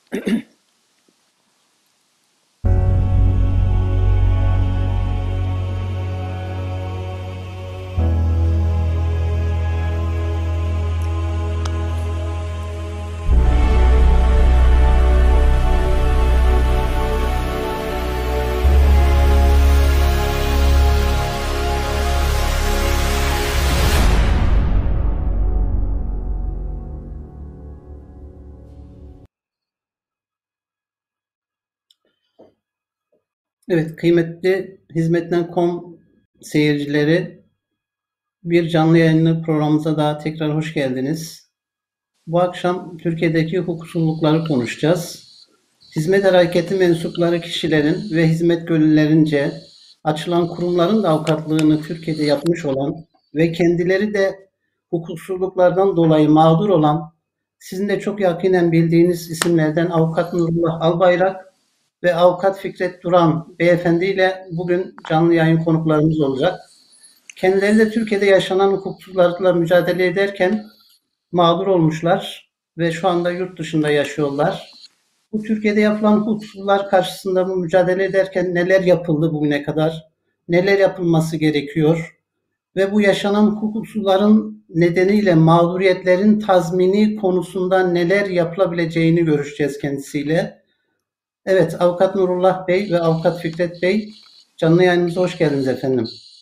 Evet, kıymetli Hizmetten.com seyircileri, bir canlı yayını programımıza daha tekrar hoş geldiniz. Bu akşam Türkiye'deki hukuksuzlukları konuşacağız. Hizmet hareketi mensupları kişilerin ve hizmet gönüllerince açılan kurumların da avukatlığını Türkiye'de yapmış olan ve kendileri de hukuksuzluklardan dolayı mağdur olan, sizin de çok yakinen bildiğiniz isimlerden Avukat Nurullah Albayrak ve Avukat Fikret Duran beyefendi ile bugün canlı yayın konuklarımız olacak. Kendileri de Türkiye'de yaşanan hukuksuzluklarla mücadele ederken mağdur olmuşlar ve şu anda yurt dışında yaşıyorlar. Bu Türkiye'de yapılan hukuksuzluklar karşısında bu mücadele ederken neler yapıldı bugüne kadar, neler yapılması gerekiyor ve bu yaşanan hukuksuzlukların nedeniyle mağduriyetlerin tazmini konusunda neler yapılabileceğini görüşeceğiz kendisiyle. Evet, Avukat Nurullah Bey ve Avukat Fikret Bey, canlı yayınımıza hoş geldiniz efendim.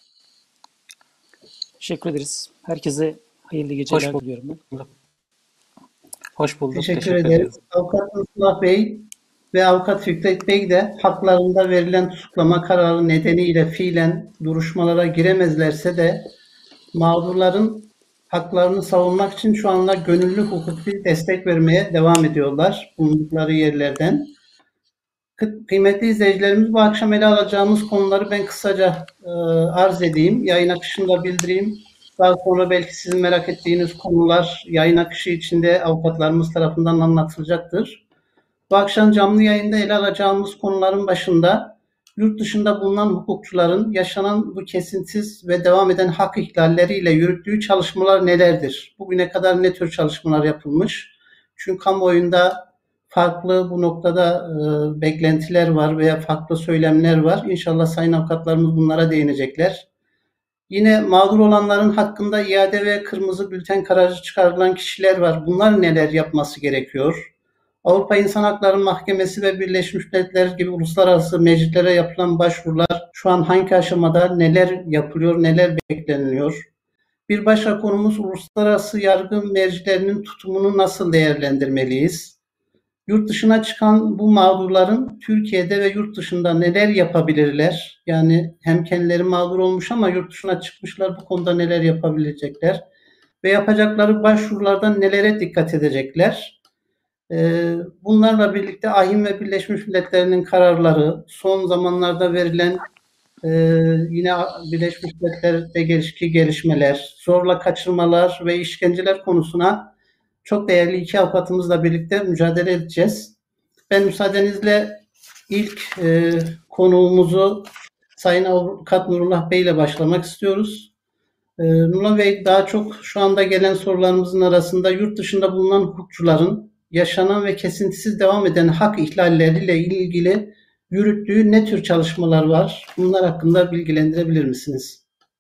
Teşekkür ederiz. Herkese hayırlı geceler diliyorum ben. Hoş bulduk. Teşekkür ederiz. Avukat Nurullah Bey ve Avukat Fikret Bey de haklarında verilen tutuklama kararı nedeniyle fiilen duruşmalara giremezlerse de mağdurların haklarını savunmak için şu anda gönüllü hukuki destek vermeye devam ediyorlar bulundukları yerlerden. Kıymetli izleyicilerimiz, bu akşam ele alacağımız konuları ben kısaca arz edeyim. Yayın akışında bildireyim. Daha sonra belki sizin merak ettiğiniz konular yayın akışı içinde avukatlarımız tarafından anlatılacaktır. Bu akşam canlı yayında ele alacağımız konuların başında yurt dışında bulunan hukukçuların yaşanan bu kesintisiz ve devam eden hak ihlalleriyle yürüttüğü çalışmalar nelerdir? Bugüne kadar ne tür çalışmalar yapılmış? Çünkü kamuoyunda farklı bu noktada beklentiler var veya farklı söylemler var. İnşallah sayın avukatlarımız bunlara değinecekler. Yine mağdur olanların hakkında iade ve kırmızı bülten kararı çıkarılan kişiler var. Bunlar neler yapması gerekiyor? Avrupa İnsan Hakları Mahkemesi ve Birleşmiş Milletler gibi uluslararası meclislere yapılan başvurular şu an hangi aşamada, neler yapılıyor, neler bekleniliyor? Bir başka konumuz, uluslararası yargı mercilerinin tutumunu nasıl değerlendirmeliyiz? Yurt dışına çıkan bu mağdurların Türkiye'de ve yurt dışında neler yapabilirler? Yani hem kendileri mağdur olmuş ama yurt dışına çıkmışlar, bu konuda neler yapabilecekler? Ve yapacakları başvurulardan nelere dikkat edecekler? Bunlarla birlikte AİHM ve Birleşmiş Milletler'in kararları, son zamanlarda verilen yine Birleşmiş Milletler'deki gelişmeler, zorla kaçırmalar ve işkenceler konusuna çok değerli iki avukatımızla birlikte mücadele edeceğiz. Ben müsaadenizle ilk konuğumuzu Sayın Avukat Nurullah Bey ile başlamak istiyoruz. Nurullah Bey, daha çok şu anda gelen sorularımızın arasında yurt dışında bulunan hukukçuların yaşanan ve kesintisiz devam eden hak ihlalleriyle ilgili yürüttüğü ne tür çalışmalar var? Bunlar hakkında bilgilendirebilir misiniz?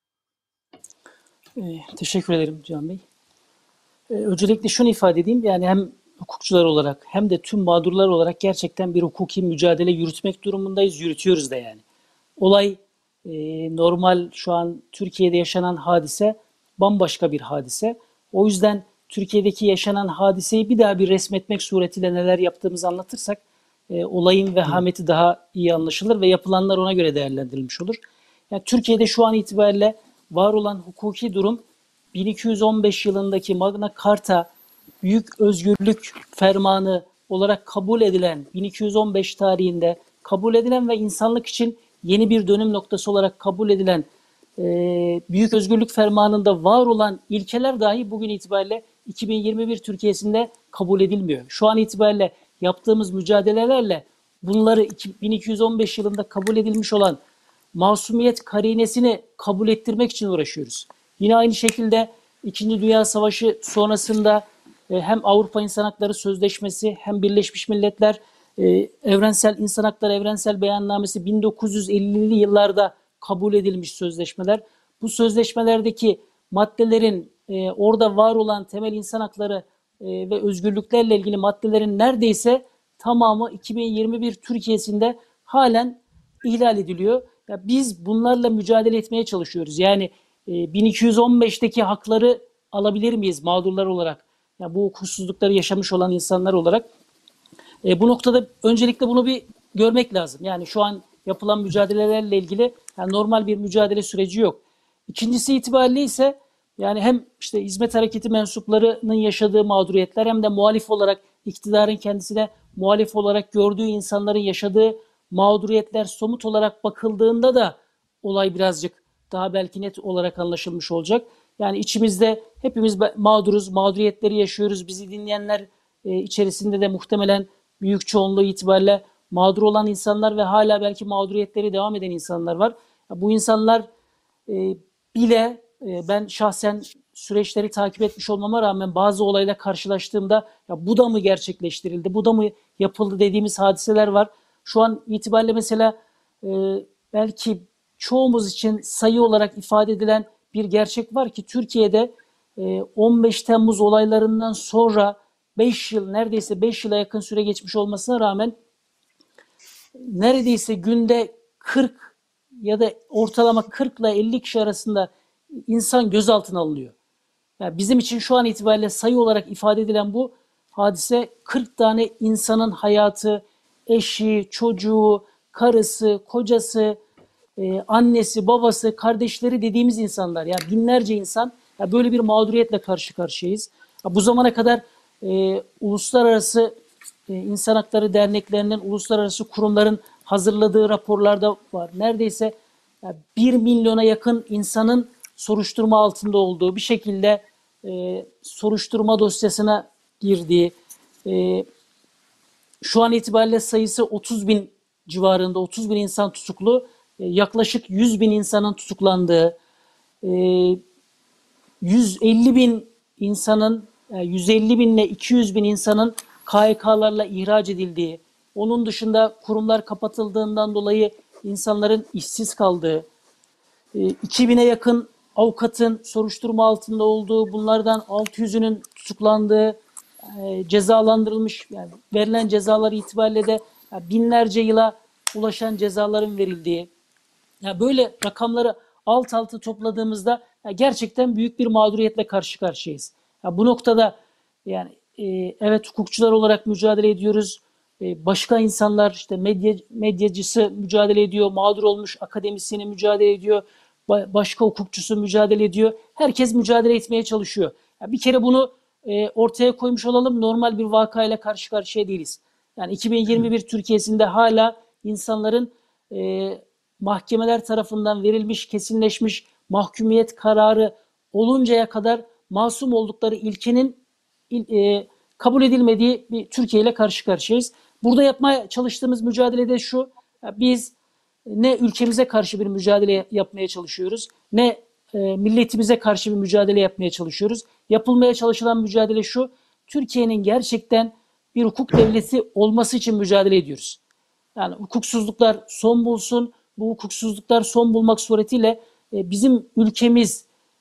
Teşekkür ederim Can Bey. Öncelikle şunu ifade edeyim, yani hem hukukçular olarak hem de tüm mağdurlar olarak gerçekten bir hukuki mücadele yürütmek durumundayız, yürütüyoruz da yani. Olay normal, şu an Türkiye'de yaşanan hadise bambaşka bir hadise. O yüzden Türkiye'deki yaşanan hadiseyi bir daha bir resmetmek suretiyle neler yaptığımızı anlatırsak olayın vehameti daha iyi anlaşılır ve yapılanlar ona göre değerlendirilmiş olur. Yani Türkiye'de şu an itibariyle var olan hukuki durum 1215 yılındaki Magna Carta Büyük Özgürlük Fermanı olarak kabul edilen, 1215 tarihinde kabul edilen ve insanlık için yeni bir dönüm noktası olarak kabul edilen Büyük Özgürlük Fermanı'nda var olan ilkeler dahi bugün itibariyle 2021 Türkiye'sinde kabul edilmiyor. Şu an itibariyle yaptığımız mücadelelerle bunları 1215 yılında kabul edilmiş olan masumiyet karinesini kabul ettirmek için uğraşıyoruz. Yine aynı şekilde İkinci Dünya Savaşı sonrasında hem Avrupa İnsan Hakları Sözleşmesi hem Birleşmiş Milletler Evrensel İnsan Hakları Evrensel Beyannamesi 1950'li yıllarda kabul edilmiş sözleşmeler. Bu sözleşmelerdeki maddelerin orada var olan temel insan hakları ve özgürlüklerle ilgili maddelerin neredeyse tamamı 2021 Türkiye'sinde halen ihlal ediliyor. Ya biz bunlarla mücadele etmeye çalışıyoruz. Yani 1215'teki hakları alabilir miyiz mağdurlar olarak? Ya bu hukuksuzlukları yaşamış olan insanlar olarak. Bu noktada öncelikle bunu bir görmek lazım. Yani şu an yapılan mücadelelerle ilgili yani normal bir mücadele süreci yok. İkincisi itibariyle ise yani hem işte hizmet hareketi mensuplarının yaşadığı mağduriyetler hem de muhalif olarak iktidarın kendisine muhalif olarak gördüğü insanların yaşadığı mağduriyetler somut olarak bakıldığında da olay birazcık daha belki net olarak anlaşılmış olacak. Yani içimizde hepimiz mağduruz, mağduriyetleri yaşıyoruz. Bizi dinleyenler içerisinde de muhtemelen büyük çoğunluğu itibariyle mağdur olan insanlar ve hala belki mağduriyetleri devam eden insanlar var. Bu insanlar bile ben şahsen süreçleri takip etmiş olmama rağmen bazı olayla karşılaştığımda ya bu da mı gerçekleştirildi, bu da mı yapıldı dediğimiz hadiseler var. Şu an itibariyle mesela belki çoğumuz için sayı olarak ifade edilen bir gerçek var ki Türkiye'de 15 Temmuz olaylarından sonra 5 yıl neredeyse 5 yıla yakın süre geçmiş olmasına rağmen neredeyse günde 40 ya da ortalama 40 ile 50 kişi arasında insan gözaltına alınıyor. Yani bizim için şu an itibariyle sayı olarak ifade edilen bu hadise 40 tane insanın hayatı, eşi, çocuğu, karısı, kocası, annesi, babası, kardeşleri dediğimiz insanlar. Yani binlerce insan böyle bir mağduriyetle karşı karşıyayız. Bu zamana kadar uluslararası insan hakları derneklerinin, uluslararası kurumların hazırladığı raporlarda var. Neredeyse 1 milyona yakın insanın soruşturma altında olduğu, bir şekilde soruşturma dosyasına girdiği, şu an itibariyle sayısı 30 bin civarında, 30 bin insan tutuklu, yaklaşık 100 bin insanın tutuklandığı, 150 bin insanın, 150 bin ile 200 bin insanın KHK'larla ihraç edildiği, onun dışında kurumlar kapatıldığından dolayı insanların işsiz kaldığı, 2000'e yakın avukatın soruşturma altında olduğu, bunlardan 600'ünün tutuklandığı, cezalandırılmış, yani verilen cezalar itibariyle de binlerce yıla ulaşan cezaların verildiği, böyle rakamları alt alta topladığımızda gerçekten büyük bir mağduriyetle karşı karşıyayız. Bu noktada yani evet hukukçular olarak mücadele ediyoruz. Başka insanlar işte medyacısı mücadele ediyor, mağdur olmuş akademisyeni mücadele ediyor, başka hukukçusu mücadele ediyor. Herkes mücadele etmeye çalışıyor. Bir kere bunu ortaya koymuş olalım. Normal bir vakayla karşı karşıya değiliz. Yani 2021 Türkiye'sinde hala insanların mahkemeler tarafından verilmiş, kesinleşmiş mahkumiyet kararı oluncaya kadar masum oldukları ilkenin kabul edilmediği bir Türkiye ile karşı karşıyayız. Burada yapmaya çalıştığımız mücadelede şu, biz ne ülkemize karşı bir mücadele yapmaya çalışıyoruz, ne milletimize karşı bir mücadele yapmaya çalışıyoruz. Yapılmaya çalışılan mücadele şu, Türkiye'nin gerçekten bir hukuk devleti olması için mücadele ediyoruz. Yani hukuksuzluklar son bulsun, bu hukuksuzluklar son bulmak suretiyle bizim ülkemiz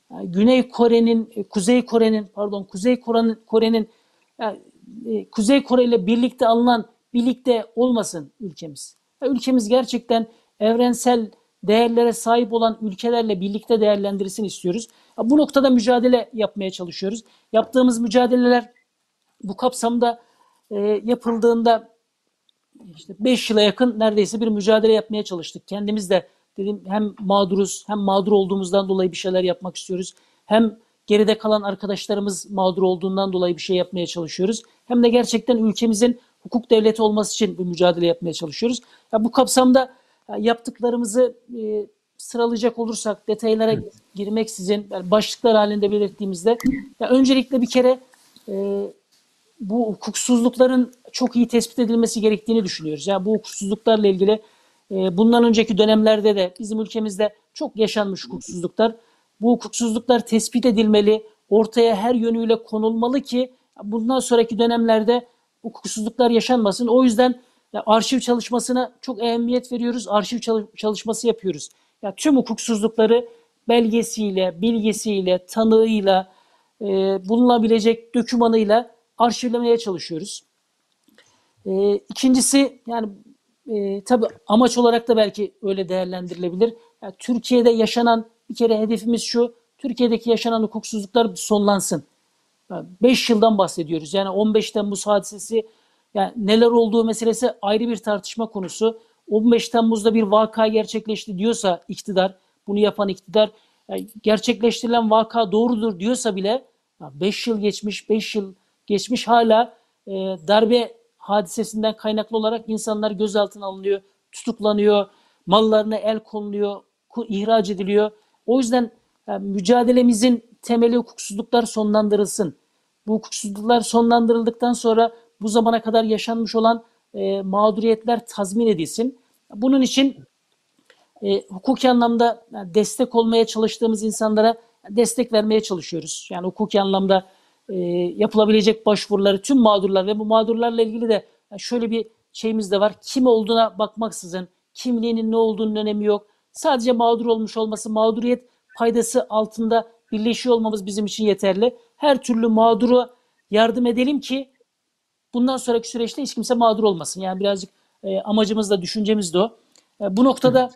Kuzey Kore ile birlikte olmasın ülkemiz. Ülkemiz gerçekten evrensel değerlere sahip olan ülkelerle birlikte değerlendirilsin istiyoruz. Bu noktada mücadele yapmaya çalışıyoruz. Yaptığımız mücadeleler bu kapsamda yapıldığında işte 5 yıla yakın neredeyse bir mücadele yapmaya çalıştık. Kendimiz de dedim hem mağduruz, hem mağdur olduğumuzdan dolayı bir şeyler yapmak istiyoruz. Hem geride kalan arkadaşlarımız mağdur olduğundan dolayı bir şey yapmaya çalışıyoruz. Hem de gerçekten ülkemizin hukuk devleti olması için bir mücadele yapmaya çalışıyoruz. Bu kapsamda yaptıklarımızı sıralayacak olursak, detaylara girmeksizin yani başlıklar halinde belirttiğimizde öncelikle bir kere bu hukuksuzlukların çok iyi tespit edilmesi gerektiğini düşünüyoruz. Yani bu hukuksuzluklarla ilgili bundan önceki dönemlerde de bizim ülkemizde çok yaşanmış hukuksuzluklar. Bu hukuksuzluklar tespit edilmeli, ortaya her yönüyle konulmalı ki Bundan sonraki dönemlerde hukuksuzluklar yaşanmasın. O yüzden arşiv çalışmasına çok ehemmiyet veriyoruz. Arşiv çalışması yapıyoruz. Tüm hukuksuzlukları belgesiyle, bilgisiyle, tanığıyla, bulunabilecek dokümanıyla arşivlemeye çalışıyoruz. İkincisi yani tabii amaç olarak da belki öyle değerlendirilebilir. Türkiye'de yaşanan bir kere hedefimiz şu, Türkiye'deki yaşanan hukuksuzluklar sonlansın. 5 yıldan bahsediyoruz. Yani 15 Temmuz hadisesi, yani neler olduğu meselesi ayrı bir tartışma konusu. 15 Temmuz'da bir vaka gerçekleşti diyorsa iktidar, bunu yapan iktidar, gerçekleştirilen vaka doğrudur diyorsa bile 5 yıl geçmiş, 5 yıl geçmiş hala darbe hadisesinden kaynaklı olarak insanlar gözaltına alınıyor, tutuklanıyor, mallarına el konuluyor, ihraç ediliyor. O yüzden mücadelemizin temeli hukuksuzluklar sonlandırılsın. Bu hukuksuzluklar sonlandırıldıktan sonra bu zamana kadar yaşanmış olan mağduriyetler tazmin edilsin. Bunun için hukuki anlamda destek olmaya çalıştığımız insanlara destek vermeye çalışıyoruz. Yani hukuki anlamda yapılabilecek başvuruları tüm mağdurlar ve bu mağdurlarla ilgili de şöyle bir şeyimiz de var. Kim olduğuna bakmaksızın, kimliğinin ne olduğunun önemi yok. Sadece mağdur olmuş olması, mağduriyet paydası altında birleşiyor olmamız bizim için yeterli. Her türlü mağduru yardım edelim ki bundan sonraki süreçte hiç kimse mağdur olmasın. Yani birazcık amacımız da düşüncemiz de o. Bu noktada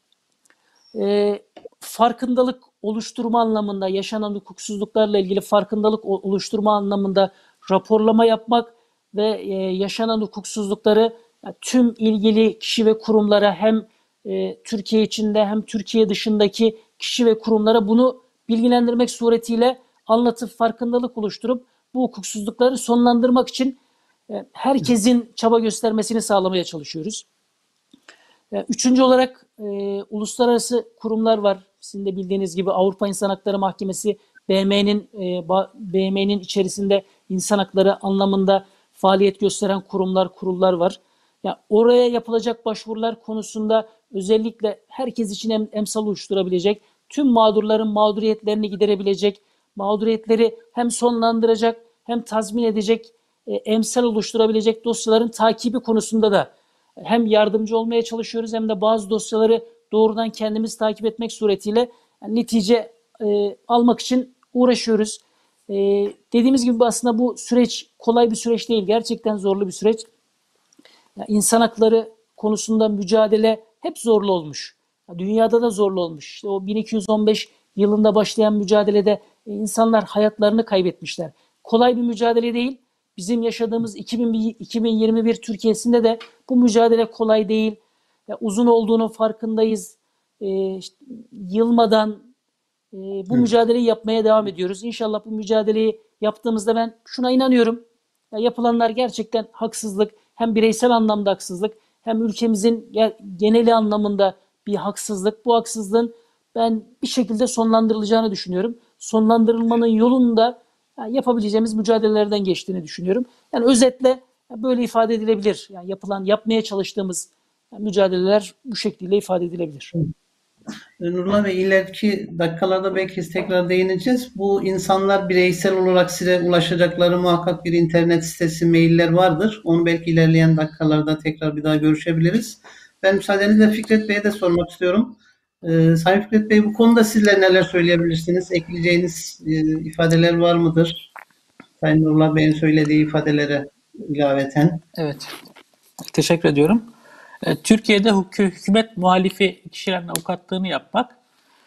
farkındalık oluşturma anlamında, yaşanan hukuksuzluklarla ilgili farkındalık oluşturma anlamında raporlama yapmak ve yaşanan hukuksuzlukları tüm ilgili kişi ve kurumlara, hem Türkiye içinde hem Türkiye dışındaki kişi ve kurumlara bunu bilgilendirmek suretiyle anlatıp farkındalık oluşturup bu hukuksuzlukları sonlandırmak için herkesin çaba göstermesini sağlamaya çalışıyoruz. Üçüncü olarak uluslararası kurumlar var. Sizin de bildiğiniz gibi Avrupa İnsan Hakları Mahkemesi, BM'nin içerisinde insan hakları anlamında faaliyet gösteren kurullar var. Ya oraya yapılacak başvurular konusunda özellikle herkes için emsal oluşturabilecek, tüm mağdurların mağduriyetlerini giderebilecek, mağduriyetleri hem sonlandıracak hem tazmin edecek, emsal oluşturabilecek dosyaların takibi konusunda da hem yardımcı olmaya çalışıyoruz hem de bazı dosyaları doğrudan kendimiz takip etmek suretiyle netice almak için uğraşıyoruz. Dediğimiz gibi aslında bu süreç kolay bir süreç değil. Gerçekten zorlu bir süreç. İnsan hakları konusunda mücadele hep zorlu olmuş. Dünyada da zorlu olmuş. İşte o 1215 yılında başlayan mücadelede insanlar hayatlarını kaybetmişler. Kolay bir mücadele değil. Bizim yaşadığımız 2021 Türkiye'sinde de bu mücadele kolay değil. Uzun olduğunun farkındayız. İşte, yılmadan bu mücadeleyi yapmaya devam ediyoruz. İnşallah bu mücadeleyi yaptığımızda ben şuna inanıyorum. Yapılanlar gerçekten haksızlık. Hem bireysel anlamda haksızlık hem ülkemizin geneli anlamında bir haksızlık. Bu haksızlığın ben bir şekilde sonlandırılacağını düşünüyorum. Sonlandırılmanın yolunda yapabileceğimiz mücadelelerden geçtiğini düşünüyorum. Yani özetle böyle ifade edilebilir. Yani yapmaya çalıştığımız mücadeleler bu şekilde ifade edilebilir. Nurullah Bey, ileriki dakikalarda belki tekrar değineceğiz. Bu insanlar bireysel olarak size ulaşacakları muhakkak bir internet sitesi, mailler vardır. Onu belki ilerleyen dakikalarda tekrar bir daha görüşebiliriz. Ben müsaadenizle Fikret Bey'e de sormak istiyorum. Sayın Fikret Bey, bu konuda sizler neler söyleyebilirsiniz? Ekleyeceğiniz ifadeler var mıdır? Sayın Nurullah Bey'in söylediği ifadelere ilaveten. Evet, teşekkür ediyorum. Türkiye'de hükümet muhalifi kişilerin avukatlığını yapmak,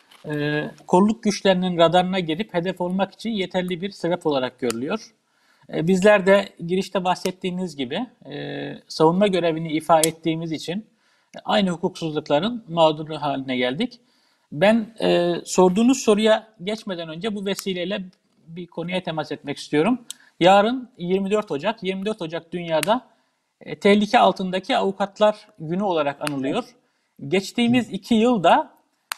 kolluk güçlerinin radarına gelip hedef olmak için yeterli bir sebep olarak görülüyor. Bizler de girişte bahsettiğiniz gibi savunma görevini ifa ettiğimiz için aynı hukuksuzlukların mağduru haline geldik. Ben sorduğunuz soruya geçmeden önce bu vesileyle bir konuya temas etmek istiyorum. Yarın 24 Ocak, 24 Ocak dünyada tehlike altındaki avukatlar günü olarak anılıyor. Geçtiğimiz 2 yılda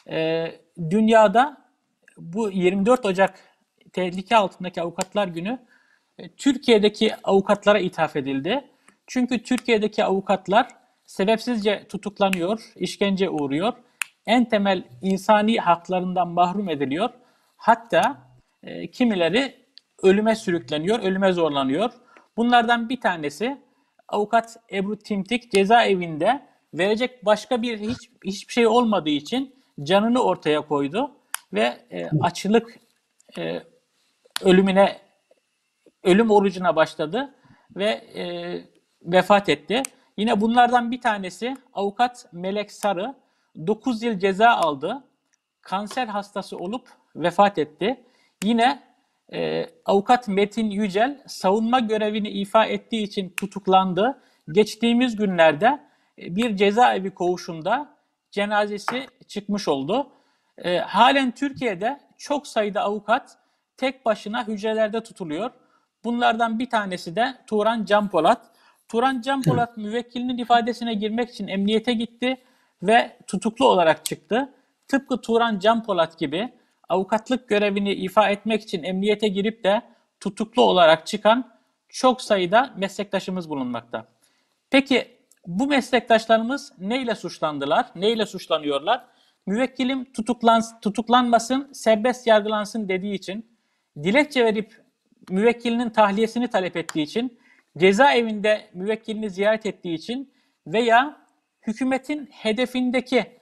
dünyada bu 24 Ocak tehlike altındaki avukatlar günü Türkiye'deki avukatlara ithaf edildi. Çünkü Türkiye'deki avukatlar sebepsizce tutuklanıyor, işkence uğruyor, en temel insani haklarından mahrum ediliyor. Hatta kimileri ölüme sürükleniyor, ölüme zorlanıyor. Bunlardan bir tanesi avukat Ebru Timtik cezaevinde verecek başka hiçbir şey olmadığı için canını ortaya koydu ve açlık e, ölümüne ölüm orucuna başladı ve vefat etti. Yine bunlardan bir tanesi avukat Melek Sarı 9 yıl ceza aldı. Kanser hastası olup vefat etti. Yine avukat Metin Yücel savunma görevini ifa ettiği için tutuklandı. Geçtiğimiz günlerde bir cezaevi koğuşunda cenazesi çıkmış oldu. Halen Türkiye'de çok sayıda avukat tek başına hücrelerde tutuluyor. Bunlardan bir tanesi de Turan Canpolat. Turan Canpolat müvekkilinin ifadesine girmek için emniyete gitti ve tutuklu olarak çıktı. Tıpkı Turan Canpolat gibi avukatlık görevini ifa etmek için emniyete girip de tutuklu olarak çıkan çok sayıda meslektaşımız bulunmakta. Peki bu meslektaşlarımız neyle suçlandılar? Neyle suçlanıyorlar? Müvekkilim tutuklanmasın, serbest yargılansın dediği için, dilekçe verip müvekkilinin tahliyesini talep ettiği için, cezaevinde müvekkilini ziyaret ettiği için veya hükümetin hedefindeki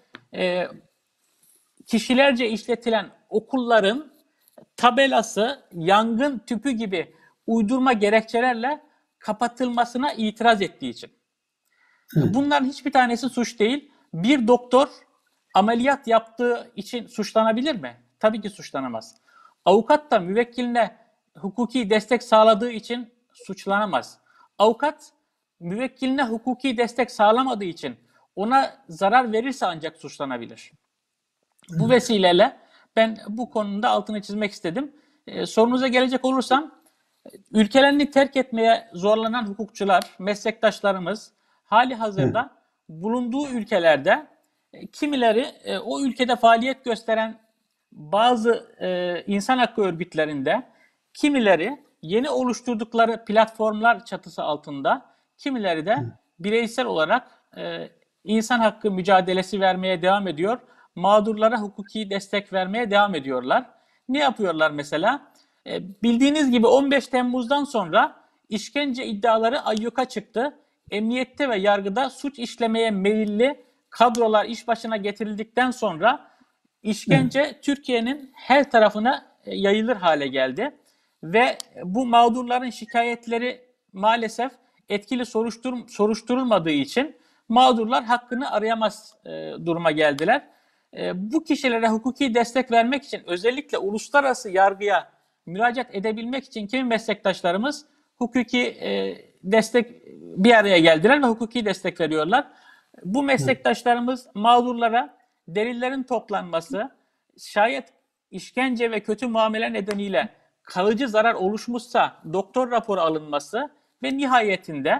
kişilerce işletilen okulların tabelası yangın tüpü gibi uydurma gerekçelerle kapatılmasına itiraz ettiği için. Bunların hiçbir tanesi suç değil. Bir doktor ameliyat yaptığı için suçlanabilir mi? Tabii ki suçlanamaz. Avukat da müvekkiline hukuki destek sağladığı için suçlanamaz. Avukat müvekkiline hukuki destek sağlamadığı için ona zarar verirse ancak suçlanabilir. Bu vesileyle ben bu konuda altını çizmek istedim. Sorunuza gelecek olursam, ülkelerini terk etmeye zorlanan hukukçular, meslektaşlarımız hali hazırda bulunduğu ülkelerde kimileri o ülkede faaliyet gösteren bazı insan hakkı örgütlerinde, kimileri yeni oluşturdukları platformlar çatısı altında, kimileri de bireysel olarak insan hakkı mücadelesi vermeye devam ediyor. Mağdurlara hukuki destek vermeye devam ediyorlar. Ne yapıyorlar mesela? Bildiğiniz gibi 15 Temmuz'dan sonra işkence iddiaları ayyuka çıktı. Emniyette ve yargıda suç işlemeye meyilli kadrolar iş başına getirildikten sonra işkence Türkiye'nin her tarafına yayılır hale geldi. Ve bu mağdurların şikayetleri maalesef etkili soruşturulmadığı için mağdurlar hakkını arayamaz duruma geldiler. Bu kişilere hukuki destek vermek için özellikle uluslararası yargıya müracaat edebilmek için kimi meslektaşlarımız hukuki destek bir araya geldiler ve hukuki destek veriyorlar. Bu meslektaşlarımız mağdurlara delillerin toplanması, şayet işkence ve kötü muamele nedeniyle kalıcı zarar oluşmuşsa doktor raporu alınması ve nihayetinde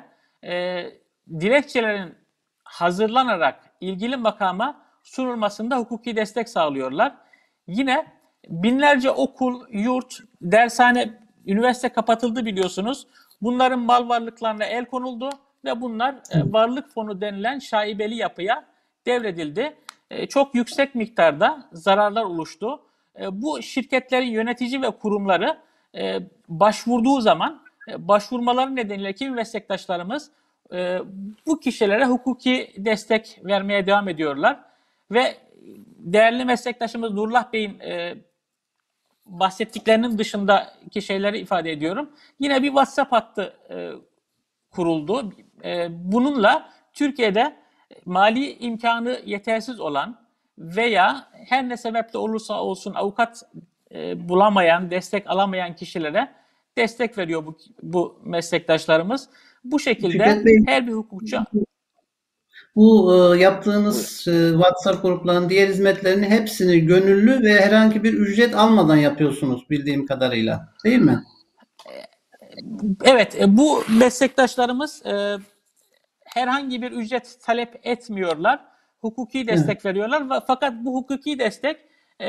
dilekçelerin hazırlanarak ilgili makama sunulmasında hukuki destek sağlıyorlar. Yine binlerce okul, yurt, dershane, üniversite kapatıldı biliyorsunuz. Bunların mal varlıklarına el konuldu ve bunlar varlık fonu denilen şaibeli yapıya devredildi. Çok yüksek miktarda zararlar oluştu. Bu şirketlerin yönetici ve kurumları başvurduğu zaman başvurmaları nedeniyle kimi meslektaşlarımız bu kişilere hukuki destek vermeye devam ediyorlar. Ve değerli meslektaşımız Nurullah Bey'in bahsettiklerinin dışındaki şeyleri ifade ediyorum. Yine bir WhatsApp hattı kuruldu. Bununla Türkiye'de mali imkanı yetersiz olan veya her ne sebeple olursa olsun avukat bulamayan, destek alamayan kişilere destek veriyor bu meslektaşlarımız. Bu şekilde her bir hukukçu... Bu yaptığınız WhatsApp gruplarının diğer hizmetlerini hepsini gönüllü ve herhangi bir ücret almadan yapıyorsunuz bildiğim kadarıyla, değil mi? Evet, bu meslektaşlarımız herhangi bir ücret talep etmiyorlar. Hukuki destek veriyorlar. Fakat bu hukuki destek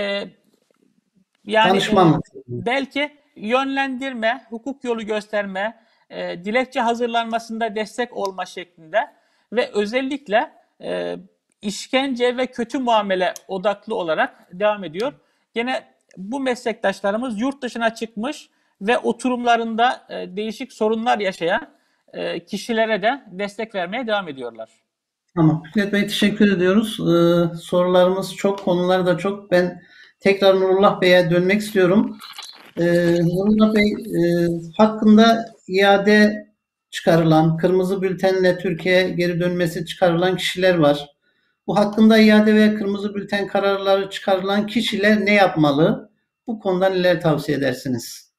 yani belki yönlendirme, hukuk yolu gösterme, dilekçe hazırlanmasında destek olma şeklinde ve özellikle işkence ve kötü muamele odaklı olarak devam ediyor. Gene bu meslektaşlarımız yurt dışına çıkmış ve oturumlarında değişik sorunlar yaşayan kişilere de destek vermeye devam ediyorlar. Tamam. Fikret Bey teşekkür ediyoruz. Sorularımız çok, konular da çok. Ben tekrar Nurullah Bey'e dönmek istiyorum. Nurullah Bey, hakkında iade çıkarılan, kırmızı bültenle Türkiye'ye geri dönmesi çıkarılan kişiler var. Bu hakkında iade ve kırmızı bülten kararları çıkarılan kişiler ne yapmalı? Bu konuda neler tavsiye edersiniz?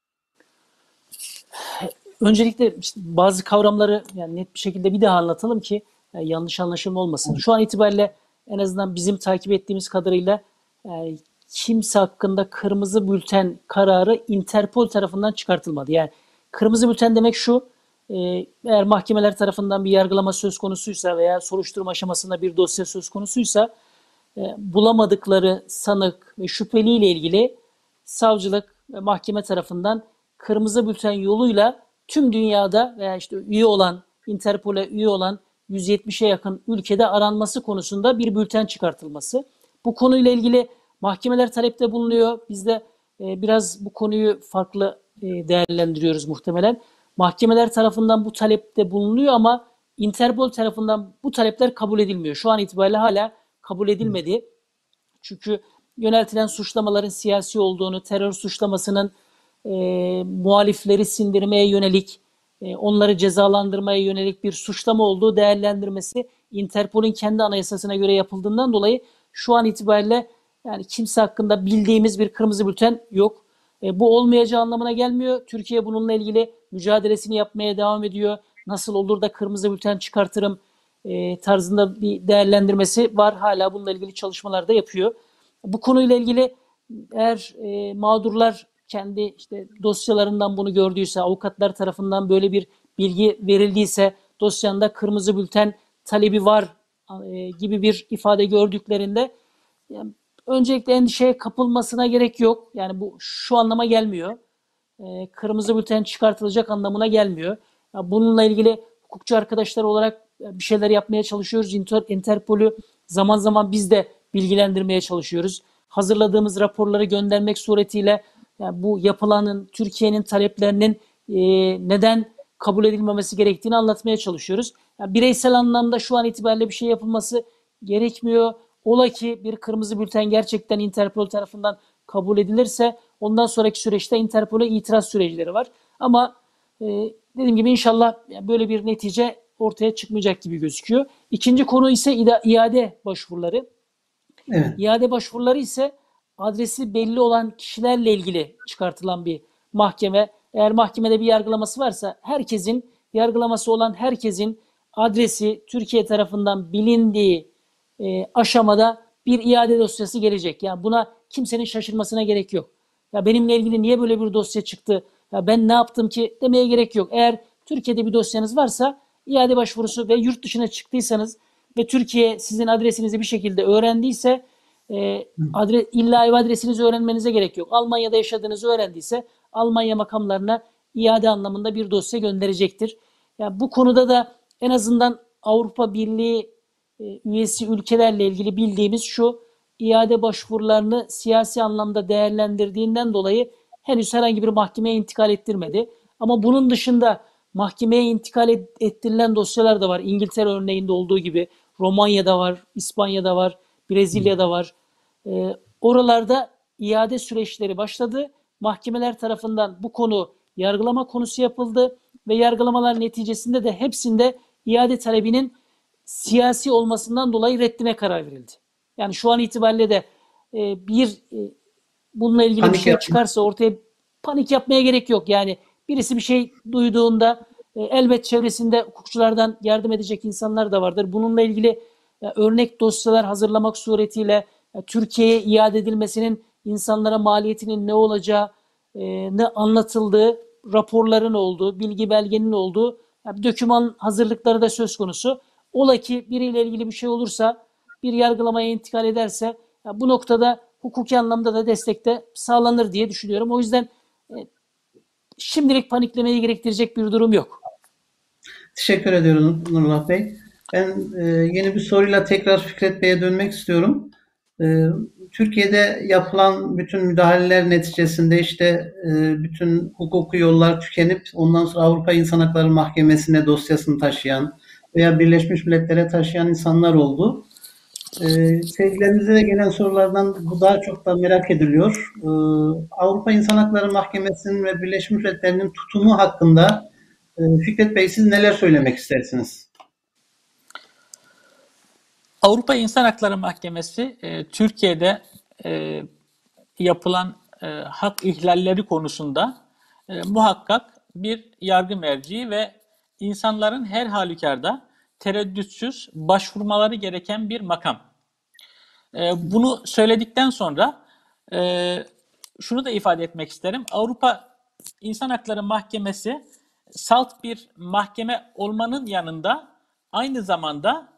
Öncelikle işte bazı kavramları yani net bir şekilde bir daha anlatalım ki yanlış anlaşılma olmasın. Şu an itibariyle en azından bizim takip ettiğimiz kadarıyla kimse hakkında kırmızı bülten kararı Interpol tarafından çıkartılmadı. Yani kırmızı bülten demek şu, eğer mahkemeler tarafından bir yargılama söz konusuysa veya soruşturma aşamasında bir dosya söz konusuysa bulamadıkları sanık ve şüpheliyle ilgili savcılık ve mahkeme tarafından kırmızı bülten yoluyla tüm dünyada veya işte üye olan, Interpol'e üye olan 170'e yakın ülkede aranması konusunda bir bülten çıkartılması. Bu konuyla ilgili mahkemeler talepte bulunuyor. Biz de biraz bu konuyu farklı değerlendiriyoruz muhtemelen. Mahkemeler tarafından bu talepte bulunuyor ama Interpol tarafından bu talepler kabul edilmiyor. Şu an itibariyle hala kabul edilmedi. Çünkü yöneltilen suçlamaların siyasi olduğunu, terör suçlamasının muhalifleri sindirmeye yönelik, onları cezalandırmaya yönelik bir suçlama olduğu değerlendirmesi Interpol'ün kendi anayasasına göre yapıldığından dolayı şu an itibariyle yani kimse hakkında bildiğimiz bir kırmızı bülten yok. Bu olmayacağı anlamına gelmiyor. Türkiye bununla ilgili mücadelesini yapmaya devam ediyor. Nasıl olur da kırmızı bülten çıkartırım tarzında bir değerlendirmesi var. Hala bununla ilgili çalışmalar da yapıyor. Bu konuyla ilgili eğer mağdurlar kendi işte dosyalarından bunu gördüyse, avukatlar tarafından böyle bir bilgi verildiyse, dosyanda kırmızı bülten talebi var gibi bir ifade gördüklerinde yani öncelikle endişeye kapılmasına gerek yok. Yani bu şu anlama gelmiyor. Kırmızı bülten çıkartılacak anlamına gelmiyor. Ya bununla ilgili hukukçu arkadaşlar olarak bir şeyler yapmaya çalışıyoruz. Interpol'ü zaman zaman biz de bilgilendirmeye çalışıyoruz. Hazırladığımız raporları göndermek suretiyle yani bu yapılanın, Türkiye'nin taleplerinin neden kabul edilmemesi gerektiğini anlatmaya çalışıyoruz. Yani bireysel anlamda şu an itibariyle bir şey yapılması gerekmiyor. Ola ki bir kırmızı bülten gerçekten Interpol tarafından kabul edilirse ondan sonraki süreçte Interpol'e itiraz süreçleri var. Ama dediğim gibi inşallah böyle bir netice ortaya çıkmayacak gibi gözüküyor. İkinci konu ise iade başvuruları. Evet. İade başvuruları ise adresi belli olan kişilerle ilgili çıkartılan bir mahkeme. Eğer mahkemede bir yargılaması varsa yargılaması olan herkesin adresi Türkiye tarafından bilindiği aşamada bir iade dosyası gelecek. Yani buna kimsenin şaşırmasına gerek yok. Ya benimle ilgili niye böyle bir dosya çıktı? Ya ben ne yaptım ki demeye gerek yok. Eğer Türkiye'de bir dosyanız varsa iade başvurusu ve yurt dışına çıktıysanız ve Türkiye sizin adresinizi bir şekilde öğrendiyse illa ev adresinizi öğrenmenize gerek yok. Almanya'da yaşadığınızı öğrendiyse Almanya makamlarına iade anlamında bir dosya gönderecektir. Yani bu konuda da en azından Avrupa Birliği üyesi ülkelerle ilgili bildiğimiz şu: iade başvurularını siyasi anlamda değerlendirdiğinden dolayı henüz herhangi bir mahkemeye intikal ettirmedi. Ama bunun dışında mahkemeye intikal ettirilen dosyalar da var. İngiltere örneğinde olduğu gibi Romanya'da var, İspanya'da var, Brezilya'da var. Oralarda iade süreçleri başladı. Mahkemeler tarafından bu konu yargılama konusu yapıldı ve yargılamalar neticesinde de hepsinde iade talebinin siyasi olmasından dolayı reddine karar verildi. Yani şu an itibariyle de bununla ilgili bir şey çıkarsa ortaya panik yapmaya gerek yok. Yani birisi bir şey duyduğunda elbet çevresinde hukukçulardan yardım edecek insanlar da vardır. Bununla ilgili örnek dosyalar hazırlamak suretiyle Türkiye'ye iade edilmesinin insanlara maliyetinin ne olacağı, ne anlatıldığı, raporların olduğu, bilgi belgenin olduğu döküman hazırlıkları da söz konusu. Ola ki biriyle ilgili bir şey olursa, bir yargılamaya intikal ederse bu noktada hukuki anlamda da destek de sağlanır diye düşünüyorum. O yüzden şimdilik paniklemeyi gerektirecek bir durum yok. Teşekkür ediyorum Nurullah Bey. Ben yeni bir soruyla tekrar Fikret Bey'e dönmek istiyorum. Türkiye'de yapılan bütün müdahaleler neticesinde işte bütün hukuki yollar tükenip ondan sonra Avrupa İnsan Hakları Mahkemesi'ne dosyasını taşıyan veya Birleşmiş Milletler'e taşıyan insanlar oldu. Seyircilerimize de gelen sorulardan bu daha çok da merak ediliyor. Avrupa İnsan Hakları Mahkemesi'nin ve Birleşmiş Milletler'in tutumu hakkında Fikret Bey siz neler söylemek istersiniz? Avrupa İnsan Hakları Mahkemesi Türkiye'de yapılan hak ihlalleri konusunda muhakkak bir yargı merci ve insanların her halükarda tereddütsüz başvurmaları gereken bir makam. Bunu söyledikten sonra şunu da ifade etmek isterim. Avrupa İnsan Hakları Mahkemesi salt bir mahkeme olmanın yanında aynı zamanda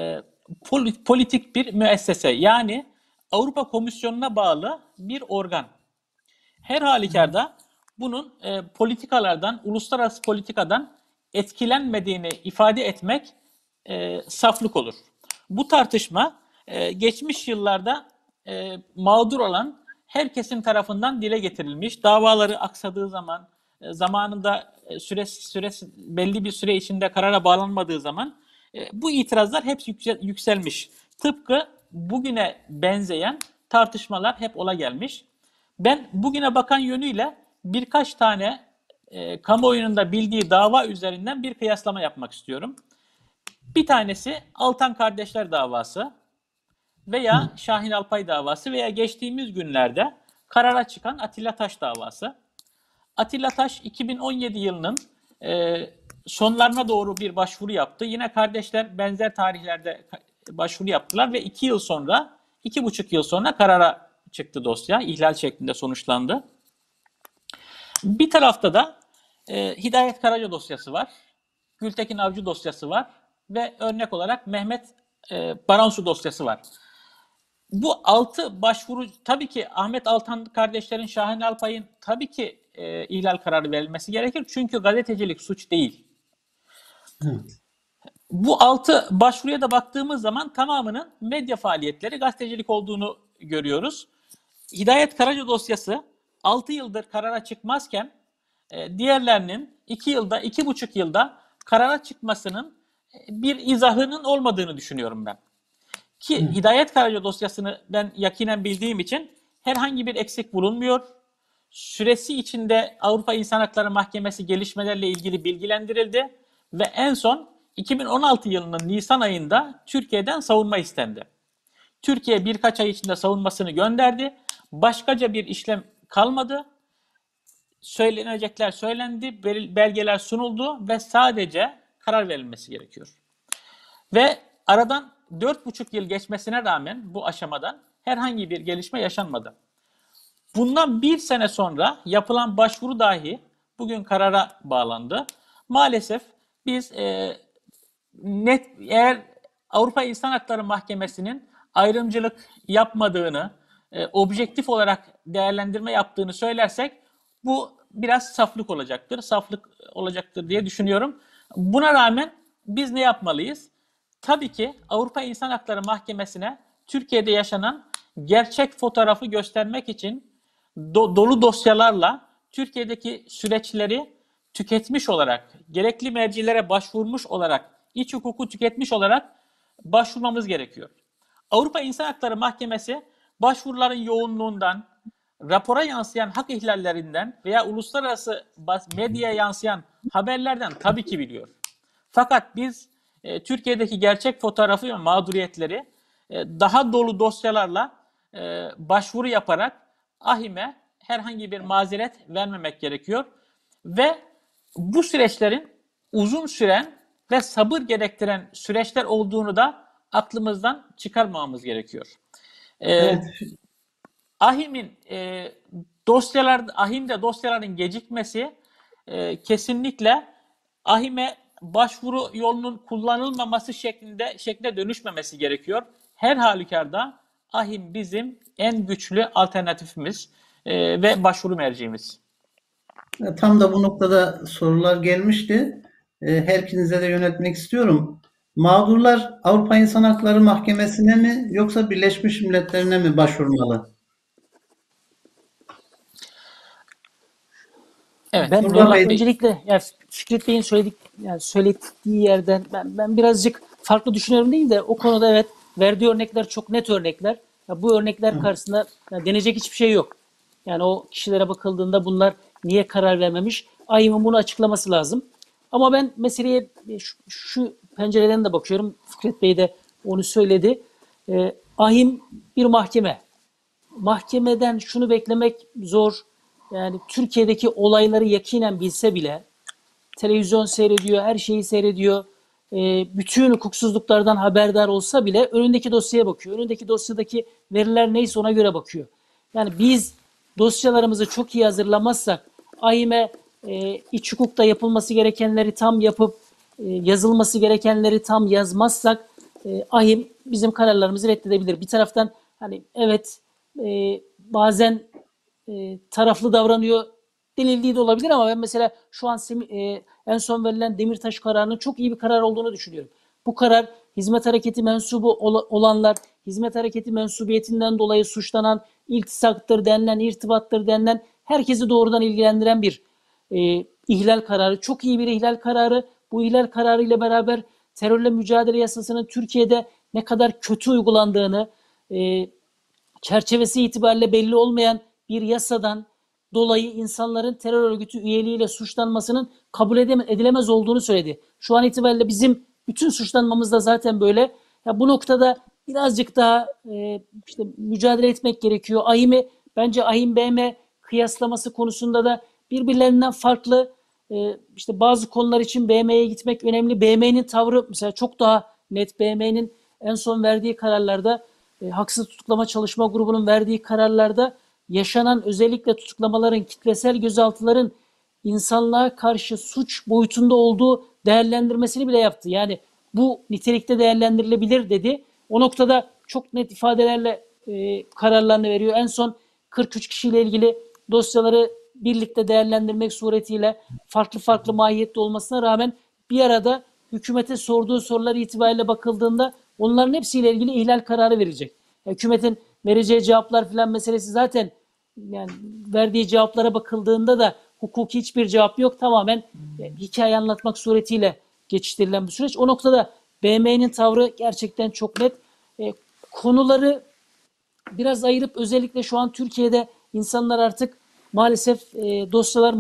politik bir müessese, yani Avrupa Komisyonu'na bağlı bir organ. Her halükarda bunun politikalardan, uluslararası politikadan etkilenmediğini ifade etmek saflık olur. Bu tartışma geçmiş yıllarda mağdur olan her kesim tarafından dile getirilmiş. Davaları aksadığı zaman, zamanında belli bir süre içinde karara bağlanmadığı zaman bu itirazlar hep yükselmiş. Tıpkı bugüne benzeyen tartışmalar hep ola gelmiş. Ben bugüne bakan yönüyle birkaç tane kamuoyunun da bildiği dava üzerinden bir kıyaslama yapmak istiyorum. Bir tanesi Altan Kardeşler davası veya Şahin Alpay davası veya geçtiğimiz günlerde karara çıkan Atilla Taş davası. Atilla Taş 2017 yılının sonlarına doğru bir başvuru yaptı. Yine kardeşler benzer tarihlerde başvuru yaptılar ve 2 yıl sonra, 2,5 yıl sonra karara çıktı dosya. İhlal şeklinde sonuçlandı. Bir tarafta da Hidayet Karaca dosyası var. Gültekin Avcı dosyası var. Ve örnek olarak Mehmet Baransu dosyası var. Bu 6 başvuru, tabii ki Ahmet Altan kardeşlerin, Şahin Alpay'ın tabii ki ihlal kararı verilmesi gerekir. Çünkü gazetecilik suç değil. Evet. Bu 6 başvuruya da baktığımız zaman tamamının medya faaliyetleri gazetecilik olduğunu görüyoruz. Hidayet Karaca dosyası 6 yıldır karara çıkmazken diğerlerinin 2 yılda, 2,5 yılda karara çıkmasının bir izahının olmadığını düşünüyorum ben. Ki Hidayet Karaca dosyasını ben yakinen bildiğim için herhangi bir eksik bulunmuyor. Süresi içinde Avrupa İnsan Hakları Mahkemesi gelişmelerle ilgili bilgilendirildi ve en son 2016 yılının Nisan ayında Türkiye'den savunma istendi. Türkiye birkaç ay içinde savunmasını gönderdi. Başkaca bir işlem kalmadı. Söylenecekler söylendi, belgeler sunuldu ve sadece karar verilmesi gerekiyor. Ve aradan 4,5 yıl geçmesine rağmen bu aşamadan herhangi bir gelişme yaşanmadı. Bundan 1 sene sonra yapılan başvuru dahi bugün karara bağlandı. Maalesef biz eğer Avrupa İnsan Hakları Mahkemesi'nin ayrımcılık yapmadığını, objektif olarak değerlendirme yaptığını söylersek bu biraz saflık olacaktır diye düşünüyorum. Buna rağmen biz ne yapmalıyız? Tabii ki Avrupa İnsan Hakları Mahkemesi'ne Türkiye'de yaşanan gerçek fotoğrafı göstermek için dolu dosyalarla Türkiye'deki süreçleri tüketmiş olarak, gerekli mercilere başvurmuş olarak, iç hukuku tüketmiş olarak başvurmamız gerekiyor. Avrupa İnsan Hakları Mahkemesi başvuruların yoğunluğundan, rapora yansıyan hak ihlallerinden veya uluslararası medyaya yansıyan haberlerden tabii ki biliyor. Fakat biz Türkiye'deki gerçek fotoğrafı ve mağduriyetleri daha dolu dosyalarla başvuru yaparak AİHM'e herhangi bir mazeret vermemek gerekiyor. Ve bu süreçlerin uzun süren ve sabır gerektiren süreçler olduğunu da aklımızdan çıkarmamamız gerekiyor. Evet. AİHM'in AİHM'de dosyaların gecikmesi kesinlikle AİHM'e başvuru yolunun kullanılmaması şeklinde dönüşmemesi gerekiyor. Her halükarda AİHM bizim en güçlü alternatifimiz ve başvuru merciğimiz. Tam da bu noktada sorular gelmişti. Her ikinize de yöneltmek istiyorum. Mağdurlar Avrupa İnsan Hakları Mahkemesi'ne mi yoksa Birleşmiş Milletler'ine mi başvurmalı? Evet, Ben Nurullah Nurullah Bey, Bey. öncelikle yani Fikret Bey'in söylediği yerden ben birazcık farklı düşünüyorum değil de o konuda evet verdiği örnekler çok net örnekler. Ya bu örnekler karşısında denecek hiçbir şey yok. Yani o kişilere bakıldığında bunlar niye karar vermemiş? AYİM'in bunu açıklaması lazım. Ama ben meseleye şu pencereden de bakıyorum. Fikret Bey de onu söyledi. AYİM bir mahkeme. Mahkemeden şunu beklemek zor. Yani Türkiye'deki olayları yakinen bilse bile televizyon seyrediyor, her şeyi seyrediyor. Bütün hukuksuzluklardan haberdar olsa bile önündeki dosyaya bakıyor. Önündeki dosyadaki veriler neyse ona göre bakıyor. Yani biz dosyalarımızı çok iyi hazırlamazsak, AİM'e iç hukukta yapılması gerekenleri tam yapıp yazılması gerekenleri tam yazmazsak AİM bizim kararlarımızı reddedebilir. Bir taraftan hani evet bazen taraflı davranıyor denildiği de olabilir ama ben mesela şu an en son verilen Demirtaş kararının çok iyi bir karar olduğunu düşünüyorum. Bu karar hizmet hareketi mensubu olanlar, hizmet hareketi mensubiyetinden dolayı suçlanan, iltisaktır denilen, irtibattır denilen herkesi doğrudan ilgilendiren bir ihlal kararı. Çok iyi bir ihlal kararı. Bu ihlal kararı ile beraber terörle mücadele yasasının Türkiye'de ne kadar kötü uygulandığını, çerçevesi itibariyle belli olmayan bir yasadan dolayı insanların terör örgütü üyeliğiyle suçlanmasının kabul edilemez olduğunu söyledi. Şu an itibariyle bizim bütün suçlanmamız da zaten böyle. Ya bu noktada birazcık daha işte mücadele etmek gerekiyor. AİM'i bence AİM BM kıyaslaması konusunda da birbirlerinden farklı. İşte bazı konular için BM'ye gitmek önemli. BM'nin tavrı mesela çok daha net. BM'nin en son verdiği kararlarda haksız tutuklama çalışma grubunun verdiği kararlarda yaşanan özellikle tutuklamaların, kitlesel gözaltıların insanlığa karşı suç boyutunda olduğu değerlendirmesini bile yaptı. Yani bu nitelikte değerlendirilebilir dedi. O noktada çok net ifadelerle kararlarını veriyor. En son 43 kişiyle ilgili dosyaları birlikte değerlendirmek suretiyle farklı farklı mahiyette olmasına rağmen bir arada hükümete sorduğu sorular itibariyle bakıldığında onların hepsiyle ilgili ihlal kararı verecek. Hükümetin vereceği cevaplar filan meselesi zaten yani verdiği cevaplara bakıldığında da hukuki hiçbir cevap yok. Tamamen hikaye anlatmak suretiyle geçiştirilen bir süreç. O noktada BM'nin tavrı gerçekten çok net. Konuları biraz ayırıp özellikle şu an Türkiye'de insanlar artık maalesef dosyalar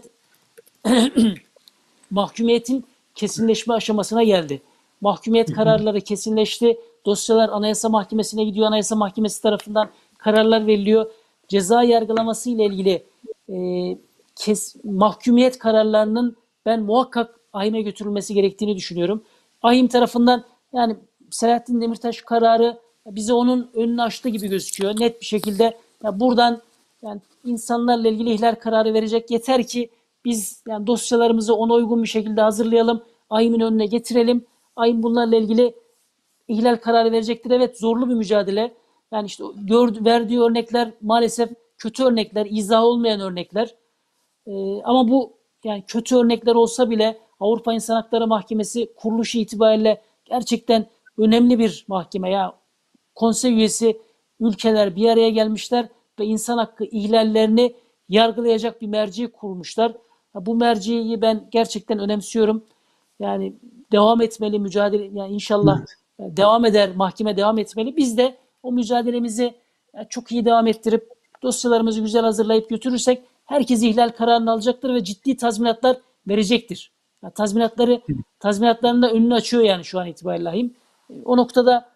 mahkumiyetin kesinleşme aşamasına geldi. Mahkumiyet kararları kesinleşti. Dosyalar Anayasa Mahkemesi'ne gidiyor. Anayasa Mahkemesi tarafından kararlar veriliyor. Ceza yargılaması ile ilgili mahkumiyet kararlarının ben muhakkak AİM'e götürülmesi gerektiğini düşünüyorum. AİM tarafından yani Selahattin Demirtaş kararı bize onun önünü açtı gibi gözüküyor. Net bir şekilde ya buradan yani insanlarla ilgili ihlal kararı verecek. Yeter ki biz yani dosyalarımızı ona uygun bir şekilde hazırlayalım. AİM'in önüne getirelim. AİM bunlarla ilgili ihlal kararı verecektir. Evet zorlu bir mücadele. Yani işte verdiği örnekler maalesef kötü örnekler, izah olmayan örnekler. Ama bu yani kötü örnekler olsa bile Avrupa İnsan Hakları Mahkemesi kuruluşu itibariyle gerçekten önemli bir mahkeme. Ya konsey üyesi ülkeler bir araya gelmişler ve insan hakkı ihlallerini yargılayacak bir merci kurmuşlar. Bu merciyi ben gerçekten önemsiyorum. Yani devam etmeli mücadele yani inşallah evet. devam eder mahkeme devam etmeli. Biz de o mücadelemizi çok iyi devam ettirip dosyalarımızı güzel hazırlayıp götürürsek herkes ihlal kararını alacaktır ve ciddi tazminatlar verecektir. Yani tazminatlarının da önünü açıyor yani şu an itibariyle. O noktada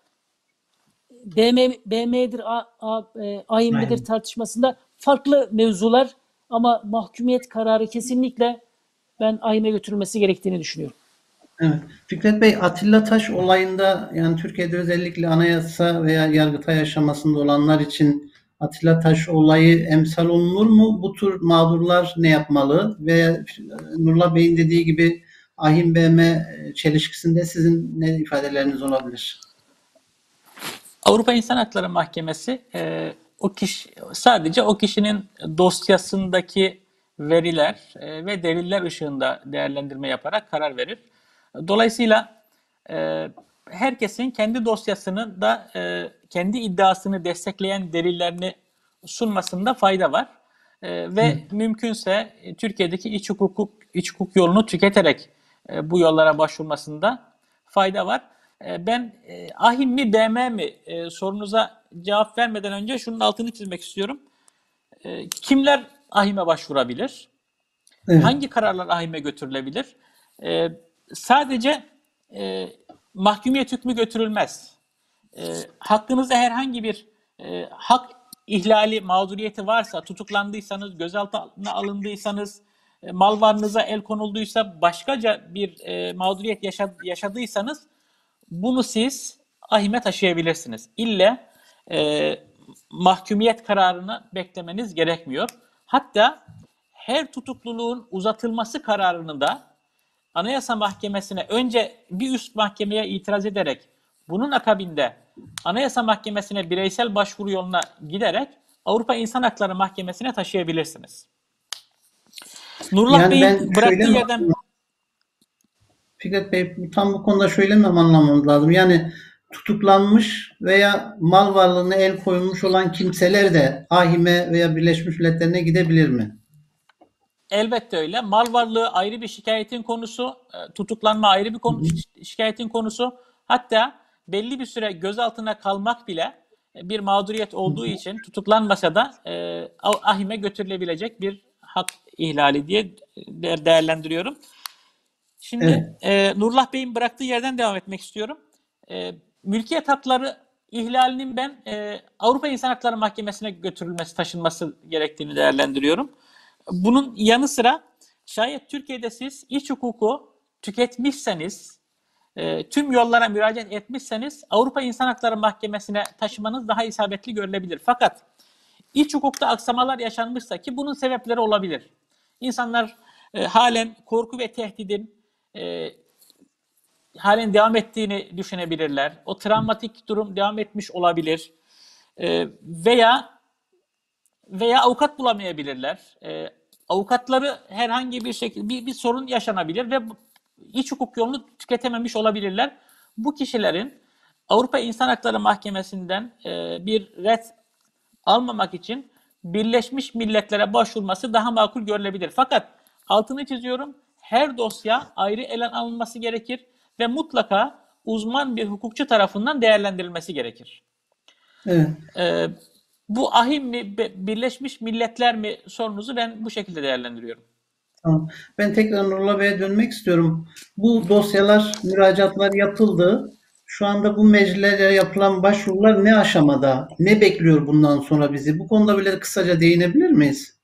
BM'dir, AİM'dir Aynen. tartışmasında farklı mevzular ama mahkumiyet kararı kesinlikle ben AİM'e götürülmesi gerektiğini düşünüyorum. Evet. Fikret Bey, Atilla Taş olayında yani Türkiye'de özellikle anayasa veya Yargıtay aşamasında olanlar için Atilla Taş olayı emsal olunur mu? Bu tür mağdurlar ne yapmalı? Ve Nurullah Bey'in dediği gibi ahim BM çelişkisinde sizin ne ifadeleriniz olabilir? Avrupa İnsan Hakları Mahkemesi sadece o kişinin dosyasındaki veriler ve deliller ışığında değerlendirme yaparak karar verir. Dolayısıyla herkesin kendi dosyasını da kendi iddiasını destekleyen delillerini sunmasında fayda var. Ve mümkünse Türkiye'deki iç hukuk yolunu tüketerek bu yollara başvurmasında fayda var. Ben ahim mi BM mi sorunuza cevap vermeden önce şunun altını çizmek istiyorum. Kimler ahime başvurabilir? Evet. Hangi kararlar ahime götürülebilir? Sadece mahkumiyet hükmü götürülmez. Hakkınızda herhangi bir hak ihlali mağduriyeti varsa, tutuklandıysanız, gözaltına alındıysanız, mal varlığınıza el konulduysa, başkaca bir mağduriyet yaşadıysanız bunu siz ahime taşıyabilirsiniz. İlle mahkumiyet kararını beklemeniz gerekmiyor. Hatta her tutukluluğun uzatılması kararını da Anayasa Mahkemesi'ne önce bir üst mahkemeye itiraz ederek bunun akabinde Anayasa Mahkemesi'ne bireysel başvuru yoluna giderek Avrupa İnsan Hakları Mahkemesi'ne taşıyabilirsiniz. Nurullah Yani Bey'in ben bıraktığı şöyle mi yerden Fikret Bey, tam bu konuda şöyle mi anlamamız lazım? Yani tutuklanmış veya mal varlığına el koymuş olan kimseler de ahime veya Birleşmiş Milletler'e gidebilir mi? elbette öyle. Mal varlığı ayrı bir şikayetin konusu, tutuklanma ayrı bir şikayetin konusu. Hatta belli bir süre gözaltına kalmak bile bir mağduriyet olduğu için tutuklanmasa da ahime götürülebilecek bir hak ihlali diye değerlendiriyorum. Şimdi Nurullah Bey'in bıraktığı yerden devam etmek istiyorum. Mülkiyet hakları ihlalinin ben Avrupa İnsan Hakları Mahkemesi'ne götürülmesi, taşınması gerektiğini değerlendiriyorum. Bunun yanı sıra şayet Türkiye'de siz iç hukuku tüketmişseniz, tüm yollara müracaat etmişseniz Avrupa İnsan Hakları Mahkemesi'ne taşımanız daha isabetli görülebilir. Fakat iç hukukta aksamalar yaşanmışsa, ki bunun sebepleri olabilir. İnsanlar halen korku ve tehdidin halen devam ettiğini düşünebilirler. O travmatik durum devam etmiş olabilir. Veya avukat bulamayabilirler. Avukatları herhangi bir şekilde bir sorun yaşanabilir ve iç hukuk yolunu tüketememiş olabilirler. Bu kişilerin Avrupa İnsan Hakları Mahkemesi'nden bir ret almamak için Birleşmiş Milletler'e başvurması daha makul görülebilir. Fakat altını çiziyorum, her dosya ayrı ele alınması gerekir ve mutlaka uzman bir hukukçu tarafından değerlendirilmesi gerekir. Evet. Bu ahim mi, Birleşmiş Milletler mi sorunuzu ben bu şekilde değerlendiriyorum. Tamam. Ben tekrar Nurullah Bey'e dönmek istiyorum. Bu dosyalar, müracaatlar yapıldı. Şu anda bu meclislere yapılan başvurular ne aşamada? Ne bekliyor bundan sonra bizi? Bu konuda bile kısaca değinebilir miyiz?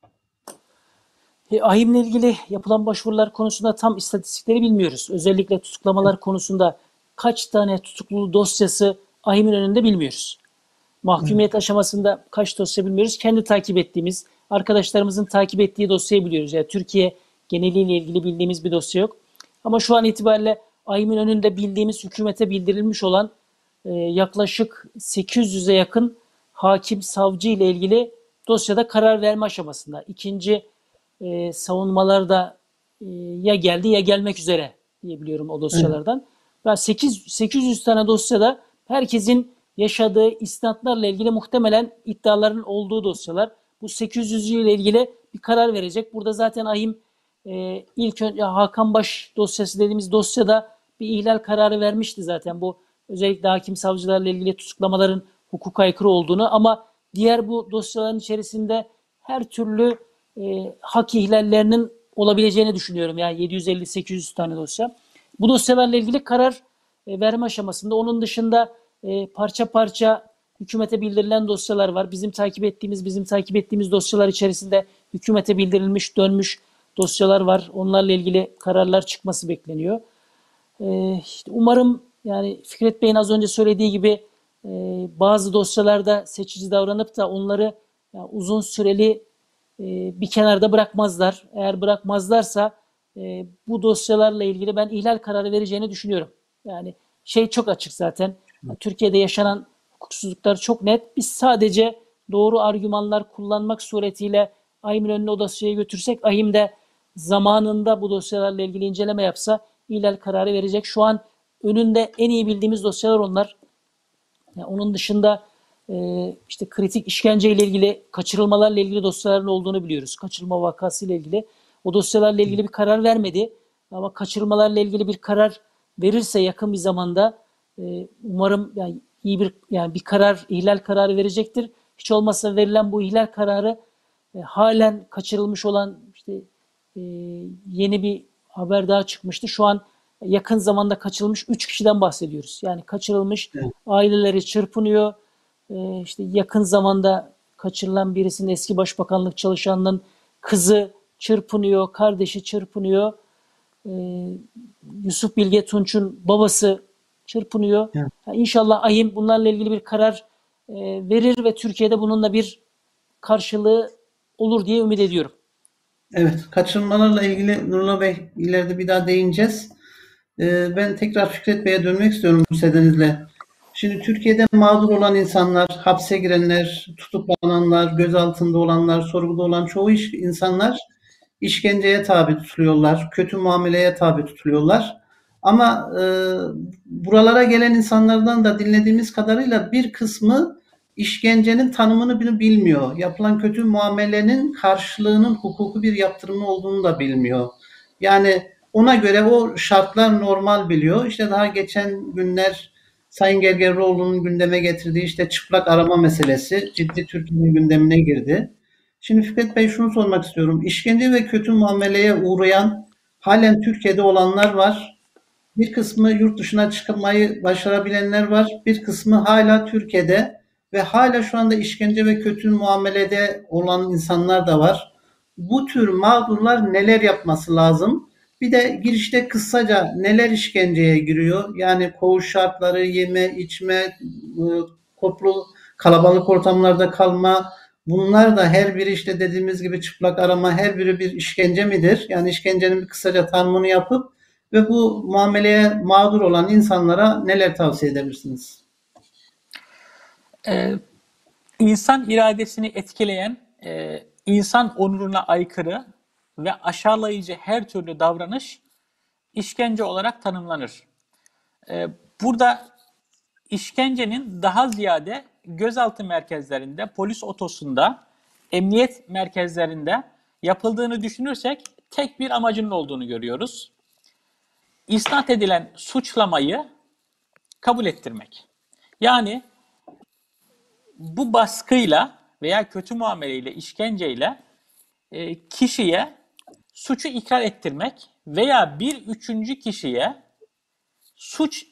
AİHM'le ilgili yapılan başvurular konusunda tam istatistikleri bilmiyoruz. Özellikle tutuklamalar konusunda kaç tane tutukluluğu dosyası AİHM'in önünde bilmiyoruz. Mahkumiyet aşamasında kaç dosya bilmiyoruz. Kendi takip ettiğimiz, arkadaşlarımızın takip ettiği dosyayı biliyoruz. Yani Türkiye geneliyle ilgili bildiğimiz bir dosya yok. Ama şu an itibariyle AİHM'in önünde bildiğimiz, hükümete bildirilmiş olan yaklaşık 800'e yakın hakim, savcı ile ilgili dosyada karar verme aşamasında. İkinci savunmalar da ya geldi ya gelmek üzere diyebiliyorum o dosyalardan. Ve 800 tane dosyada herkesin yaşadığı istinadlarla ilgili muhtemelen iddiaların olduğu dosyalar. Bu 800 ile ilgili bir karar verecek. Burada zaten AİHM ilk önce Hakan Baş dosyası dediğimiz dosyada bir ihlal kararı vermişti zaten. Bu özellikle hakim savcılarla ilgili tutuklamaların hukuka aykırı olduğunu, ama diğer bu dosyaların içerisinde her türlü hak ihlallerinin olabileceğini düşünüyorum. Yani 750-800 tane dosya. Bu dosyalarla ilgili karar verme aşamasında. Onun dışında parça parça hükümete bildirilen dosyalar var. Bizim takip ettiğimiz dosyalar içerisinde hükümete bildirilmiş, dönmüş dosyalar var. Onlarla ilgili kararlar çıkması bekleniyor. İşte umarım, yani Fikret Bey'in az önce söylediği gibi bazı dosyalarda seçici davranıp da onları yani uzun süreli bir kenarda bırakmazlar. Eğer bırakmazlarsa bu dosyalarla ilgili ben ihlal kararı vereceğini düşünüyorum. Yani çok açık zaten. Türkiye'de yaşanan hukuksuzluklar çok net. Biz sadece doğru argümanlar kullanmak suretiyle AİHM'in önüne o dosyayı götürsek, AİHM de zamanında bu dosyalarla ilgili inceleme yapsa ihlal kararı verecek. Şu an önünde en iyi bildiğimiz dosyalar onlar. Yani onun dışında işte kritik işkenceyle ilgili, kaçırılmalarla ilgili dosyaların olduğunu biliyoruz. Kaçırılma vakasıyla ilgili. O dosyalarla ilgili bir karar vermedi. Ama kaçırılmalarla ilgili bir karar verirse yakın bir zamanda umarım yani iyi bir karar, ihlal kararı verecektir. Hiç olmazsa verilen bu ihlal kararı halen kaçırılmış olan işte e, yeni bir haber daha çıkmıştı. Şu an yakın zamanda kaçırılmış 3 kişiden bahsediyoruz. Yani kaçırılmış, Evet. aileleri çırpınıyor. İşte yakın zamanda kaçırılan birisinin eski başbakanlık çalışanının kızı çırpınıyor, kardeşi çırpınıyor. Ee, Yusuf Bilge Tunç'un babası çırpınıyor. Evet. Yani İnşallah AYİM bunlarla ilgili bir karar verir ve Türkiye'de bununla bir karşılığı olur diye ümit ediyorum. Evet, kaçırılmalarla ilgili Nurullah Bey ileride bir daha değineceğiz. Ben tekrar Fikret Bey'e dönmek istiyorum müsaadenizle. Şimdi Türkiye'de mağdur olan insanlar, hapse girenler, tutuklananlar, gözaltında olanlar, sorguda olan çoğu insanlar işkenceye tabi tutuluyorlar, kötü muameleye tabi tutuluyorlar. Ama buralara gelen insanlardan da dinlediğimiz kadarıyla bir kısmı işkencenin tanımını bile bilmiyor. Yapılan kötü muamelenin karşılığının hukuku bir yaptırımı olduğunu da bilmiyor. Yani ona göre o şartlar normal biliyor. İşte daha geçen günler Sayın Gergerlioğlu'nun gündeme getirdiği işte çıplak arama meselesi ciddi Türkiye'nin gündemine girdi. Şimdi Fikret Bey şunu sormak istiyorum. İşkence ve kötü muameleye uğrayan halen Türkiye'de olanlar var. Bir kısmı yurt dışına çıkmayı başarabilenler var. Bir kısmı hala Türkiye'de ve hala şu anda işkence ve kötü muamelede olan insanlar da var. Bu tür mağdurlar neler yapması lazım? Bir de girişte kısaca neler işkenceye giriyor? Yani koğuş şartları, yeme, içme, toplu kalabalık ortamlarda kalma, bunlar da her biri işte dediğimiz gibi çıplak arama, her biri bir işkence midir? Yani işkencenin bir kısaca tanımını yapıp ve bu muameleye mağdur olan insanlara neler tavsiye edebilirsiniz? Ee, İnsan iradesini etkileyen, insan onuruna aykırı ve aşağılayıcı her türlü davranış işkence olarak tanımlanır. Ee, Burada işkencenin daha ziyade gözaltı merkezlerinde, polis otosunda, emniyet merkezlerinde yapıldığını düşünürsek tek bir amacının olduğunu görüyoruz. İsnat edilen suçlamayı kabul ettirmek. Yani bu baskıyla veya kötü muameleyle, işkenceyle kişiye suçu ikrar ettirmek veya bir üçüncü kişiye suç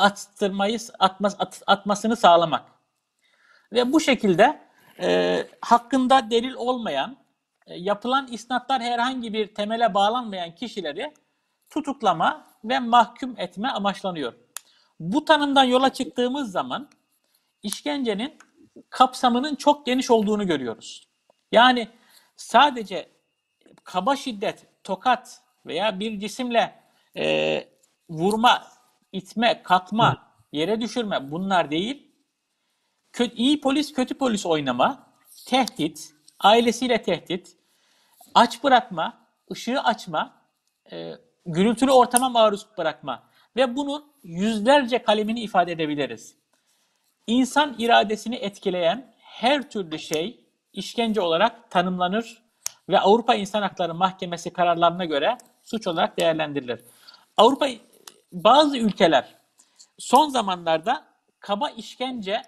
atmasını sağlamak. Ve bu şekilde hakkında delil olmayan, yapılan isnatlar herhangi bir temele bağlanmayan kişileri tutuklama ve mahkum etme amaçlanıyor. Bu tanımdan yola çıktığımız zaman işkencenin kapsamının çok geniş olduğunu görüyoruz. Yani sadece kaba şiddet, tokat veya bir cisimle vurma, itme, kalkma, yere düşürme bunlar değil. İyi polis, kötü polis oynama, tehdit, ailesiyle tehdit, aç bırakma, ışığı açma, gürültülü ortama maruz bırakma ve bunun yüzlerce kalemini ifade edebiliriz. İnsan iradesini etkileyen her türlü şey işkence olarak tanımlanır ve Avrupa İnsan Hakları Mahkemesi kararlarına göre suç olarak değerlendirilir. Bazı ülkeler son zamanlarda kaba işkenceden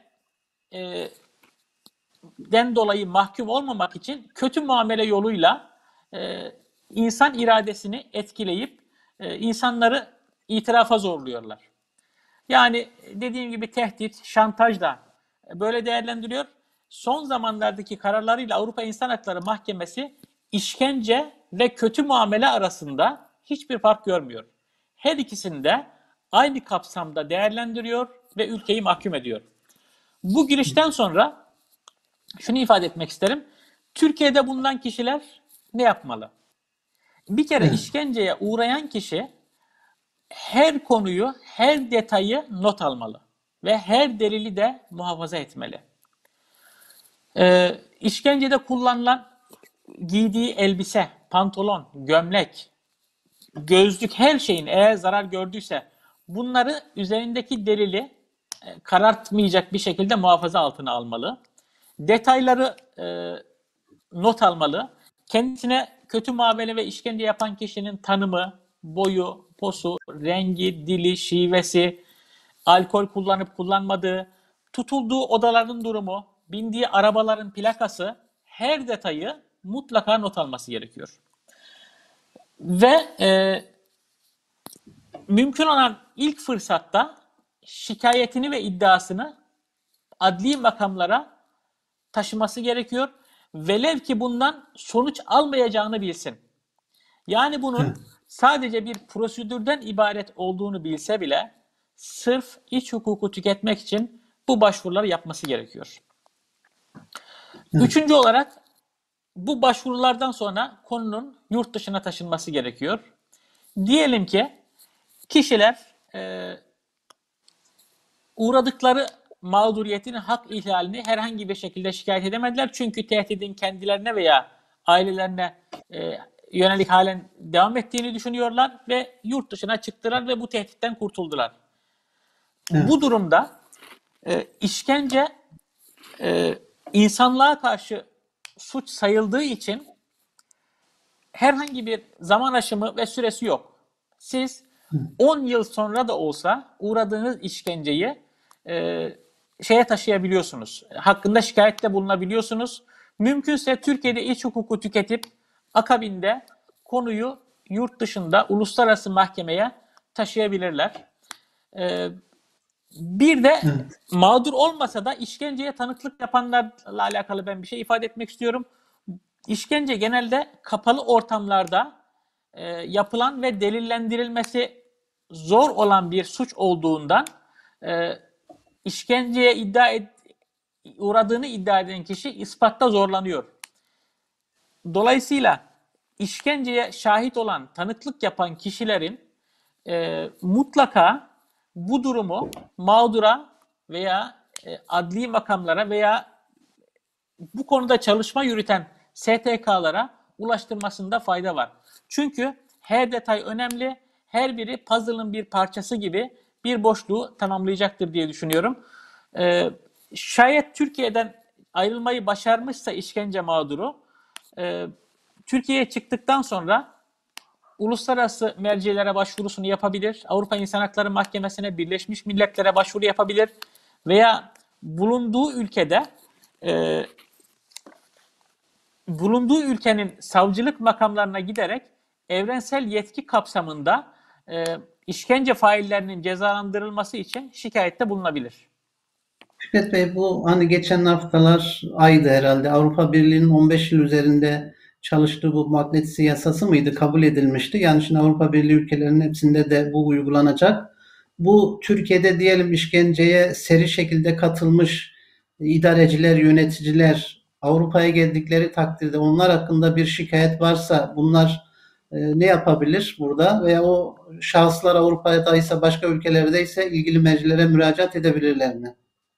dolayı mahkum olmamak için kötü muamele yoluyla insan iradesini etkileyip insanları itirafa zorluyorlar. Yani dediğim gibi tehdit, şantaj da böyle değerlendiriyor. Son zamanlardaki kararlarıyla Avrupa İnsan Hakları Mahkemesi işkence ve kötü muamele arasında hiçbir fark görmüyor. Her ikisini de aynı kapsamda değerlendiriyor ve ülkeyi mahkum ediyor. Bu girişten sonra şunu ifade etmek isterim. Türkiye'de bulunan kişiler ne yapmalı? Bir kere Evet. işkenceye uğrayan kişi her konuyu, her detayı not almalı ve her delili de muhafaza etmeli. İşkencede kullanılan giydiği elbise, pantolon, gömlek, gözlük her şeyin eğer zarar gördüyse bunları üzerindeki delili karartmayacak bir şekilde muhafaza altına almalı. Detayları not almalı. Kendisine kötü muamele ve işkence yapan kişinin tanımı, boyu, posu, rengi, dili, şivesi, alkol kullanıp kullanmadığı, tutulduğu odaların durumu, bindiği arabaların plakası, her detayı mutlaka not alması gerekiyor. Ve mümkün olan ilk fırsatta şikayetini ve iddiasını adli makamlara taşıması gerekiyor. Velev ki bundan sonuç almayacağını bilsin. Yani bunun sadece bir prosedürden ibaret olduğunu bilse bile sırf iç hukuku tüketmek için bu başvuruları yapması gerekiyor. Üçüncü olarak bu başvurulardan sonra konunun yurt dışına taşınması gerekiyor. Diyelim ki kişiler uğradıkları mağduriyetin hak ihlalini herhangi bir şekilde şikayet edemediler. Çünkü tehdidin kendilerine veya ailelerine yönelik halen devam ettiğini düşünüyorlar ve yurt dışına çıktılar ve bu tehditten kurtuldular. Evet. Bu durumda işkence insanlığa karşı suç sayıldığı için herhangi bir zaman aşımı ve süresi yok. Siz 10 yıl sonra da olsa uğradığınız işkenceyi şeye taşıyabiliyorsunuz. Hakkında şikayette bulunabiliyorsunuz. Mümkünse Türkiye'de iç hukuku tüketip akabinde konuyu yurt dışında uluslararası mahkemeye taşıyabilirler. Bir de mağdur olmasa da işkenceye tanıklık yapanlarla alakalı ben bir şey ifade etmek istiyorum. İşkence genelde kapalı ortamlarda yapılan ve delillendirilmesi zor olan bir suç olduğundan işkenceye uğradığını iddia eden kişi ispatta zorlanıyor. Dolayısıyla işkenceye şahit olan, tanıklık yapan kişilerin mutlaka bu durumu mağdura veya adli makamlara veya bu konuda çalışma yürüten STK'lara ulaştırmasında fayda var. Çünkü her detay önemli, her biri puzzle'ın bir parçası gibi bir boşluğu tamamlayacaktır diye düşünüyorum. Şayet Türkiye'den ayrılmayı başarmışsa işkence mağduru, Türkiye'ye çıktıktan sonra uluslararası mercilere başvurusunu yapabilir, Avrupa İnsan Hakları Mahkemesi'ne, Birleşmiş Milletler'e başvuru yapabilir veya bulunduğu ülkenin savcılık makamlarına giderek evrensel yetki kapsamında işkence faillerinin cezalandırılması için şikayette bulunabilir. Fikret Bey, bu hani geçen haftalar aydı herhalde, Avrupa Birliği'nin 15 yıl üzerinde çalıştığı bu Magnitsky yasası mıydı? Kabul edilmişti. Yani şimdi Avrupa Birliği ülkelerinin hepsinde de bu uygulanacak. Bu Türkiye'de diyelim işkenceye seri şekilde katılmış idareciler, yöneticiler Avrupa'ya geldikleri takdirde onlar hakkında bir şikayet varsa bunlar ne yapabilir burada? Veya o şahıslar Avrupa'daysa, başka ülkelerdeyse ilgili mercilere müracaat edebilirler mi?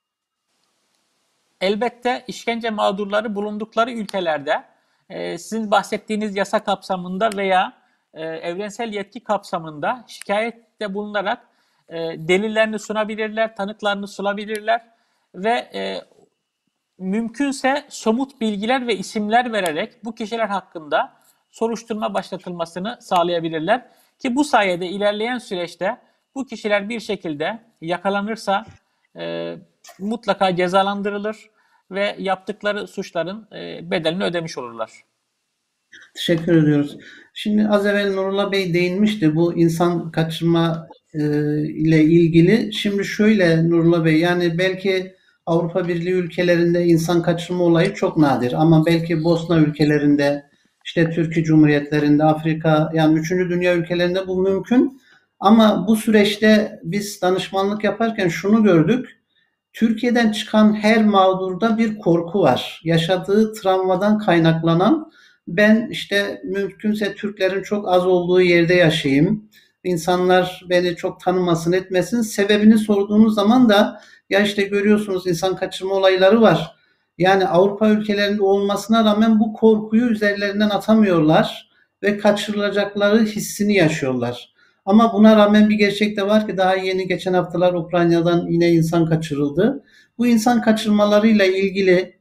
Elbette işkence mağdurları bulundukları ülkelerde sizin bahsettiğiniz yasa kapsamında veya evrensel yetki kapsamında şikayette bulunarak delillerini sunabilirler, tanıklarını sunabilirler ve mümkünse somut bilgiler ve isimler vererek bu kişiler hakkında soruşturma başlatılmasını sağlayabilirler. Ki bu sayede ilerleyen süreçte bu kişiler bir şekilde yakalanırsa mutlaka cezalandırılır ve yaptıkları suçların bedelini ödemiş olurlar. Teşekkür ediyoruz. Şimdi az evvel Nurullah Bey değinmişti bu insan kaçırma ile ilgili. Şimdi şöyle Nurullah Bey, yani belki Avrupa Birliği ülkelerinde insan kaçırma olayı çok nadir ama belki Bosna ülkelerinde, işte Türkiye Cumhuriyetlerinde, Afrika, yani 3. Dünya ülkelerinde bu mümkün. Ama bu süreçte biz danışmanlık yaparken şunu gördük. Türkiye'den çıkan her mağdurda bir korku var. Yaşadığı travmadan kaynaklanan, ben işte mümkünse Türklerin çok az olduğu yerde yaşayayım, İnsanlar beni çok tanımasın etmesin. Sebebini sorduğunuz zaman da ya işte görüyorsunuz insan kaçırma olayları var. Yani Avrupa ülkelerinde olmasına rağmen bu korkuyu üzerlerinden atamıyorlar ve kaçırılacakları hissini yaşıyorlar. Ama buna rağmen bir gerçek de var ki daha yeni geçen haftalar Ukrayna'dan yine insan kaçırıldı. Bu insan kaçırmalarıyla ilgili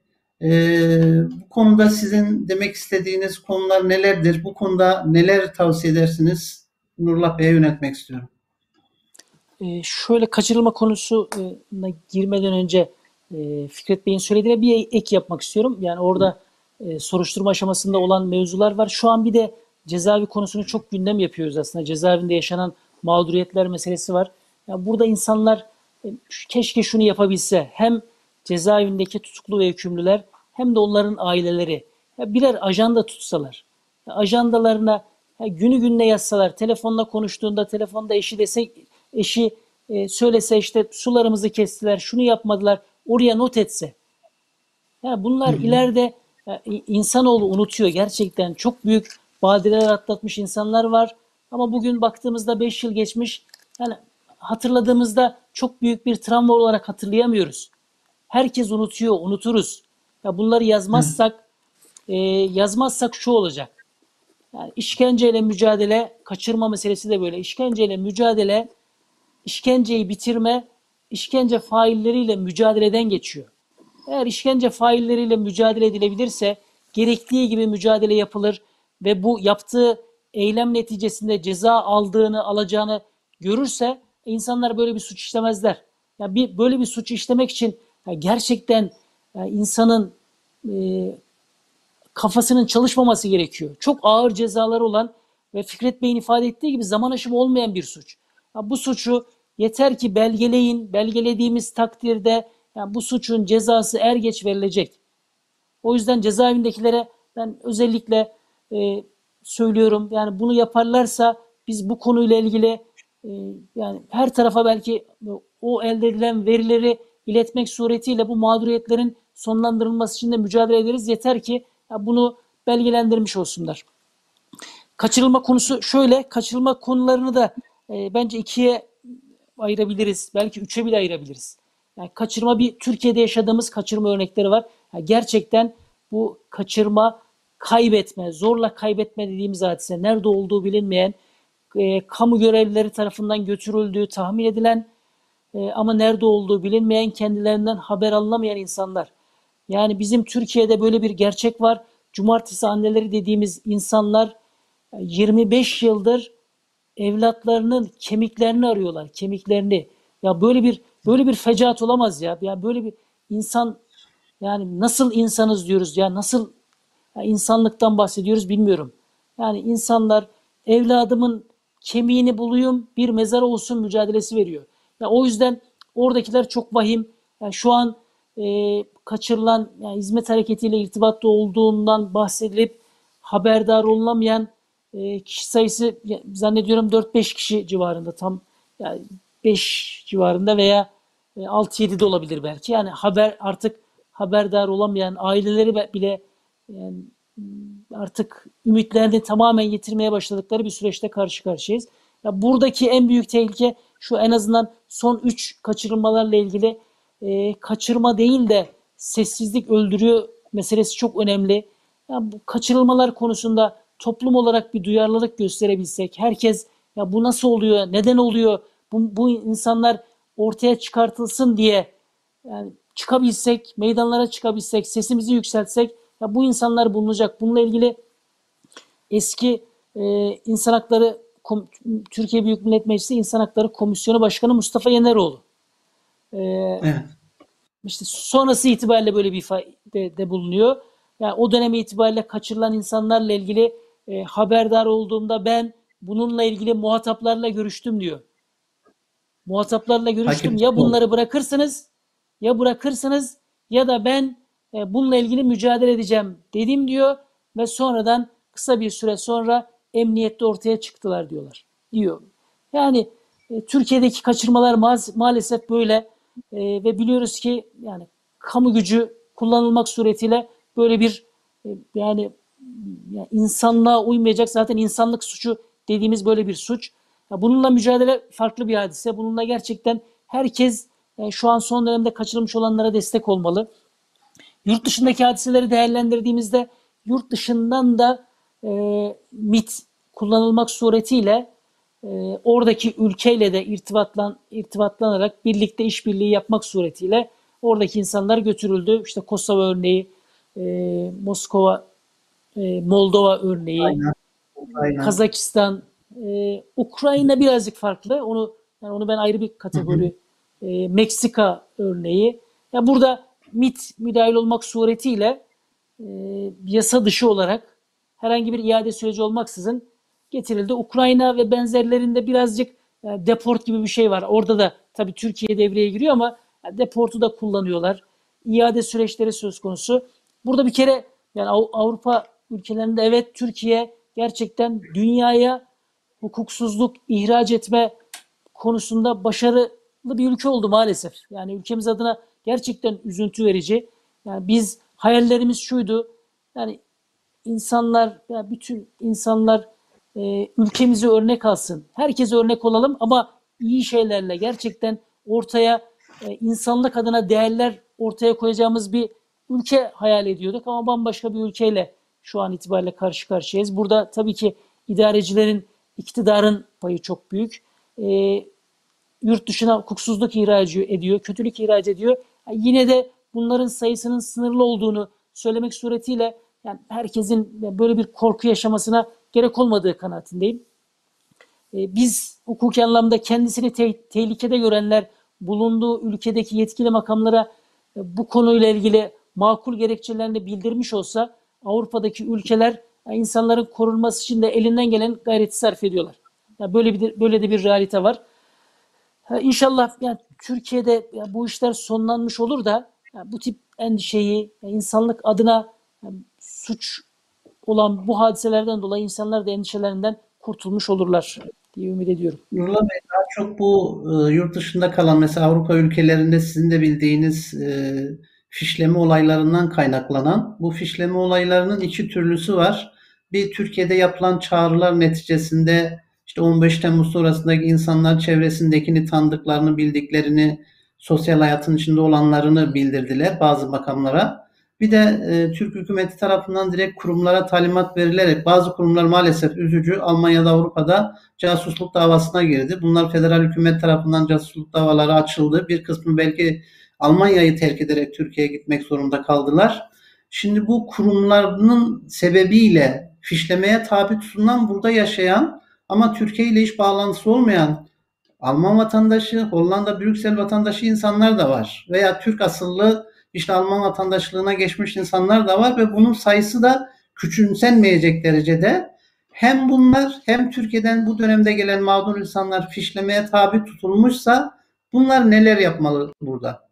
bu konuda sizin demek istediğiniz konular nelerdir? Bu konuda neler tavsiye edersiniz? Nurullah Bey'e yöneltmek istiyorum. Şöyle kaçırılma konusuna girmeden önce Fikret Bey'in söylediğine bir ek yapmak istiyorum. Yani orada soruşturma aşamasında olan mevzular var. Şu an bir de cezaevi konusunu çok gündem yapıyoruz aslında. Cezaevinde yaşanan mağduriyetler meselesi var. Ya burada insanlar keşke şunu yapabilse. Hem cezaevindeki tutuklu ve hükümlüler hem de onların aileleri ya birer ajanda tutsalar. Ya ajandalarına ya günü gününe yazsalar. Telefonla konuştuğunda telefonda eşi söylese işte sularımızı kestiler, şunu yapmadılar, oraya not etse. Yani bunlar ileride insanoğlu unutuyor. Gerçekten çok büyük badireler atlatmış insanlar var. Ama bugün baktığımızda 5 yıl geçmiş. Yani hatırladığımızda çok büyük bir travma olarak hatırlayamıyoruz. Herkes unutuyor, unuturuz. Ya bunları yazmazsak şu olacak. Yani işkenceyle mücadele, kaçırma meselesi de böyle. İşkenceyle mücadele, işkenceyi bitirme, işkence failleriyle mücadeleden geçiyor. Eğer işkence failleriyle mücadele edilebilirse gerektiği gibi mücadele yapılır ve bu yaptığı eylem neticesinde ceza alacağını görürse insanlar böyle bir suç işlemezler. Yani böyle bir suç işlemek için gerçekten insanın kafasının çalışmaması gerekiyor. Çok ağır cezaları olan ve Fikret Bey'in ifade ettiği gibi zaman aşımı olmayan bir suç. Bu suçu yeter ki belgelediğimiz takdirde bu suçun cezası er geç verilecek. O yüzden cezaevindekilere ben özellikle söylüyorum. Yani bunu yaparlarsa biz bu konuyla ilgili yani her tarafa belki o elde edilen verileri iletmek suretiyle bu mağduriyetlerin sonlandırılması için de mücadele ederiz. Yeter ki bunu belgelendirmiş olsunlar. Kaçırılma konusu şöyle, kaçırılma konularını da bence ikiye ayırabiliriz. Belki üçe bile ayırabiliriz. Yani kaçırma Türkiye'de yaşadığımız kaçırma örnekleri var. Yani gerçekten bu kaçırma, kaybetme, zorla kaybetme dediğimiz hadise, nerede olduğu bilinmeyen, kamu görevlileri tarafından götürüldüğü tahmin edilen ama nerede olduğu bilinmeyen, kendilerinden haber alınamayan insanlar. Yani bizim Türkiye'de böyle bir gerçek var. Cumartesi anneleri dediğimiz insanlar 25 yıldır evlatlarının kemiklerini arıyorlar, kemiklerini. Ya böyle bir fecaat olamaz ya. Ya böyle bir insan, yani nasıl insanız diyoruz ya, nasıl insanlıktan bahsediyoruz bilmiyorum. Yani insanlar evladımın kemiğini bulayım, bir mezar olsun mücadelesi veriyor. Ya o yüzden oradakiler çok vahim. Yani şu an kaçırılan, yani hizmet hareketiyle irtibatta olduğundan bahsedilip haberdar olunamayan kişi sayısı zannediyorum 4-5 kişi civarında, tam yani 5 civarında veya 6-7 de olabilir belki. Yani artık haberdar olamayan aileleri bile yani artık ümitlerini tamamen yitirmeye başladıkları bir süreçte karşı karşıyayız. Ya buradaki en büyük tehlike şu, en azından son 3 kaçırılmalarla ilgili kaçırma değil de sessizlik öldürüyor meselesi çok önemli. Ya bu kaçırılmalar konusunda toplum olarak bir duyarlılık gösterebilsek, herkes ya bu nasıl oluyor, neden oluyor, bu insanlar ortaya çıkartılsın diye yani çıkabilsek, meydanlara çıkabilsek, sesimizi yükseltsek, ya bu insanlar bulunacak. Bununla ilgili eski İnsan Hakları Türkiye Büyük Millet Meclisi İnsan Hakları Komisyonu Başkanı Mustafa Yeneroğlu. Evet. İşte sonrası itibariyle böyle bir ifade bulunuyor. Yani o dönemi itibariyle kaçırılan insanlarla ilgili haberdar olduğumda ben bununla ilgili muhataplarla görüştüm diyor. Muhataplarla görüştüm. Ya bunları bırakırsınız ya da ben bununla ilgili mücadele edeceğim dedim diyor ve sonradan kısa bir süre sonra emniyette ortaya çıktılar diyor. Yani Türkiye'deki kaçırmalar maalesef böyle ve biliyoruz ki yani kamu gücü kullanılmak suretiyle böyle bir yani insanlığa uymayacak, zaten insanlık suçu dediğimiz böyle bir suç. Bununla mücadele farklı bir hadise. Bununla gerçekten herkes şu an son dönemde kaçırılmış olanlara destek olmalı. Yurt dışındaki hadiseleri değerlendirdiğimizde yurt dışından da MIT kullanılmak suretiyle oradaki ülkeyle de irtibatlanarak birlikte işbirliği yapmak suretiyle oradaki insanlar götürüldü. İşte Kosova örneği, Moskova, Moldova örneği, Aynen. Aynen. Kazakistan, Ukrayna birazcık farklı. Onu ben ayrı bir Hı hı. kategori. Meksika örneği. Ya burada MİT müdahil olmak suretiyle yasa dışı olarak herhangi bir iade süreci olmaksızın getirildi. Ukrayna ve benzerlerinde birazcık deport gibi bir şey var. Orada da tabii Türkiye devreye giriyor ama deportu da kullanıyorlar. İade süreçleri söz konusu. Burada bir kere yani Avrupa ülkelerinde evet Türkiye gerçekten dünyaya hukuksuzluk ihraç etme konusunda başarılı bir ülke oldu maalesef. Yani ülkemiz adına gerçekten üzüntü verici. Yani biz hayallerimiz şuydu. Yani insanlar, ya bütün insanlar ülkemize örnek alsın. Herkese örnek olalım ama iyi şeylerle gerçekten ortaya insanlık adına değerler ortaya koyacağımız bir ülke hayal ediyorduk ama bambaşka bir ülkeyle şu an itibariyle karşı karşıyayız. Burada tabii ki idarecilerin, iktidarın payı çok büyük. Yurt dışına hukuksuzluk ihraç ediyor, kötülük ihraç ediyor. Yani yine de bunların sayısının sınırlı olduğunu söylemek suretiyle yani herkesin böyle bir korku yaşamasına gerek olmadığı kanaatindeyim. Biz hukuki anlamda kendisini tehlikede görenler bulunduğu ülkedeki yetkili makamlara bu konuyla ilgili makul gerekçelerini bildirmiş olsa Avrupa'daki ülkeler insanların korunması için de elinden gelen gayreti sarf ediyorlar. Yani böyle de bir realite var. İnşallah yani Türkiye'de bu işler sonlanmış olur da bu tip endişeyi insanlık adına suç olan bu hadiselerden dolayı insanlar da endişelerinden kurtulmuş olurlar diye ümit ediyorum. Nurullah Bey, daha çok bu yurt dışında kalan mesela Avrupa ülkelerinde sizin de bildiğiniz fişleme olaylarından kaynaklanan bu fişleme olaylarının iki türlüsü var. Bir, Türkiye'de yapılan çağrılar neticesinde işte 15 Temmuz sonrasındaki insanlar çevresindekini tanıdıklarını, bildiklerini, sosyal hayatın içinde olanlarını bildirdiler bazı makamlara. Bir de Türk hükümeti tarafından direkt kurumlara talimat verilerek bazı kurumlar maalesef üzücü Almanya'da, Avrupa'da casusluk davasına girdi. Bunlar federal hükümet tarafından casusluk davaları açıldı. Bir kısmı belki Almanya'yı terk ederek Türkiye'ye gitmek zorunda kaldılar. Şimdi bu kurumların sebebiyle fişlemeye tabi tutulan, burada yaşayan ama Türkiye ile hiç bağlantısı olmayan Alman vatandaşı, Hollanda, Brüksel vatandaşı insanlar da var. Veya Türk asıllı işte Alman vatandaşlığına geçmiş insanlar da var ve bunun sayısı da küçümsenmeyecek derecede. Hem bunlar hem Türkiye'den bu dönemde gelen mağdur insanlar fişlemeye tabi tutulmuşsa bunlar neler yapmalı burada?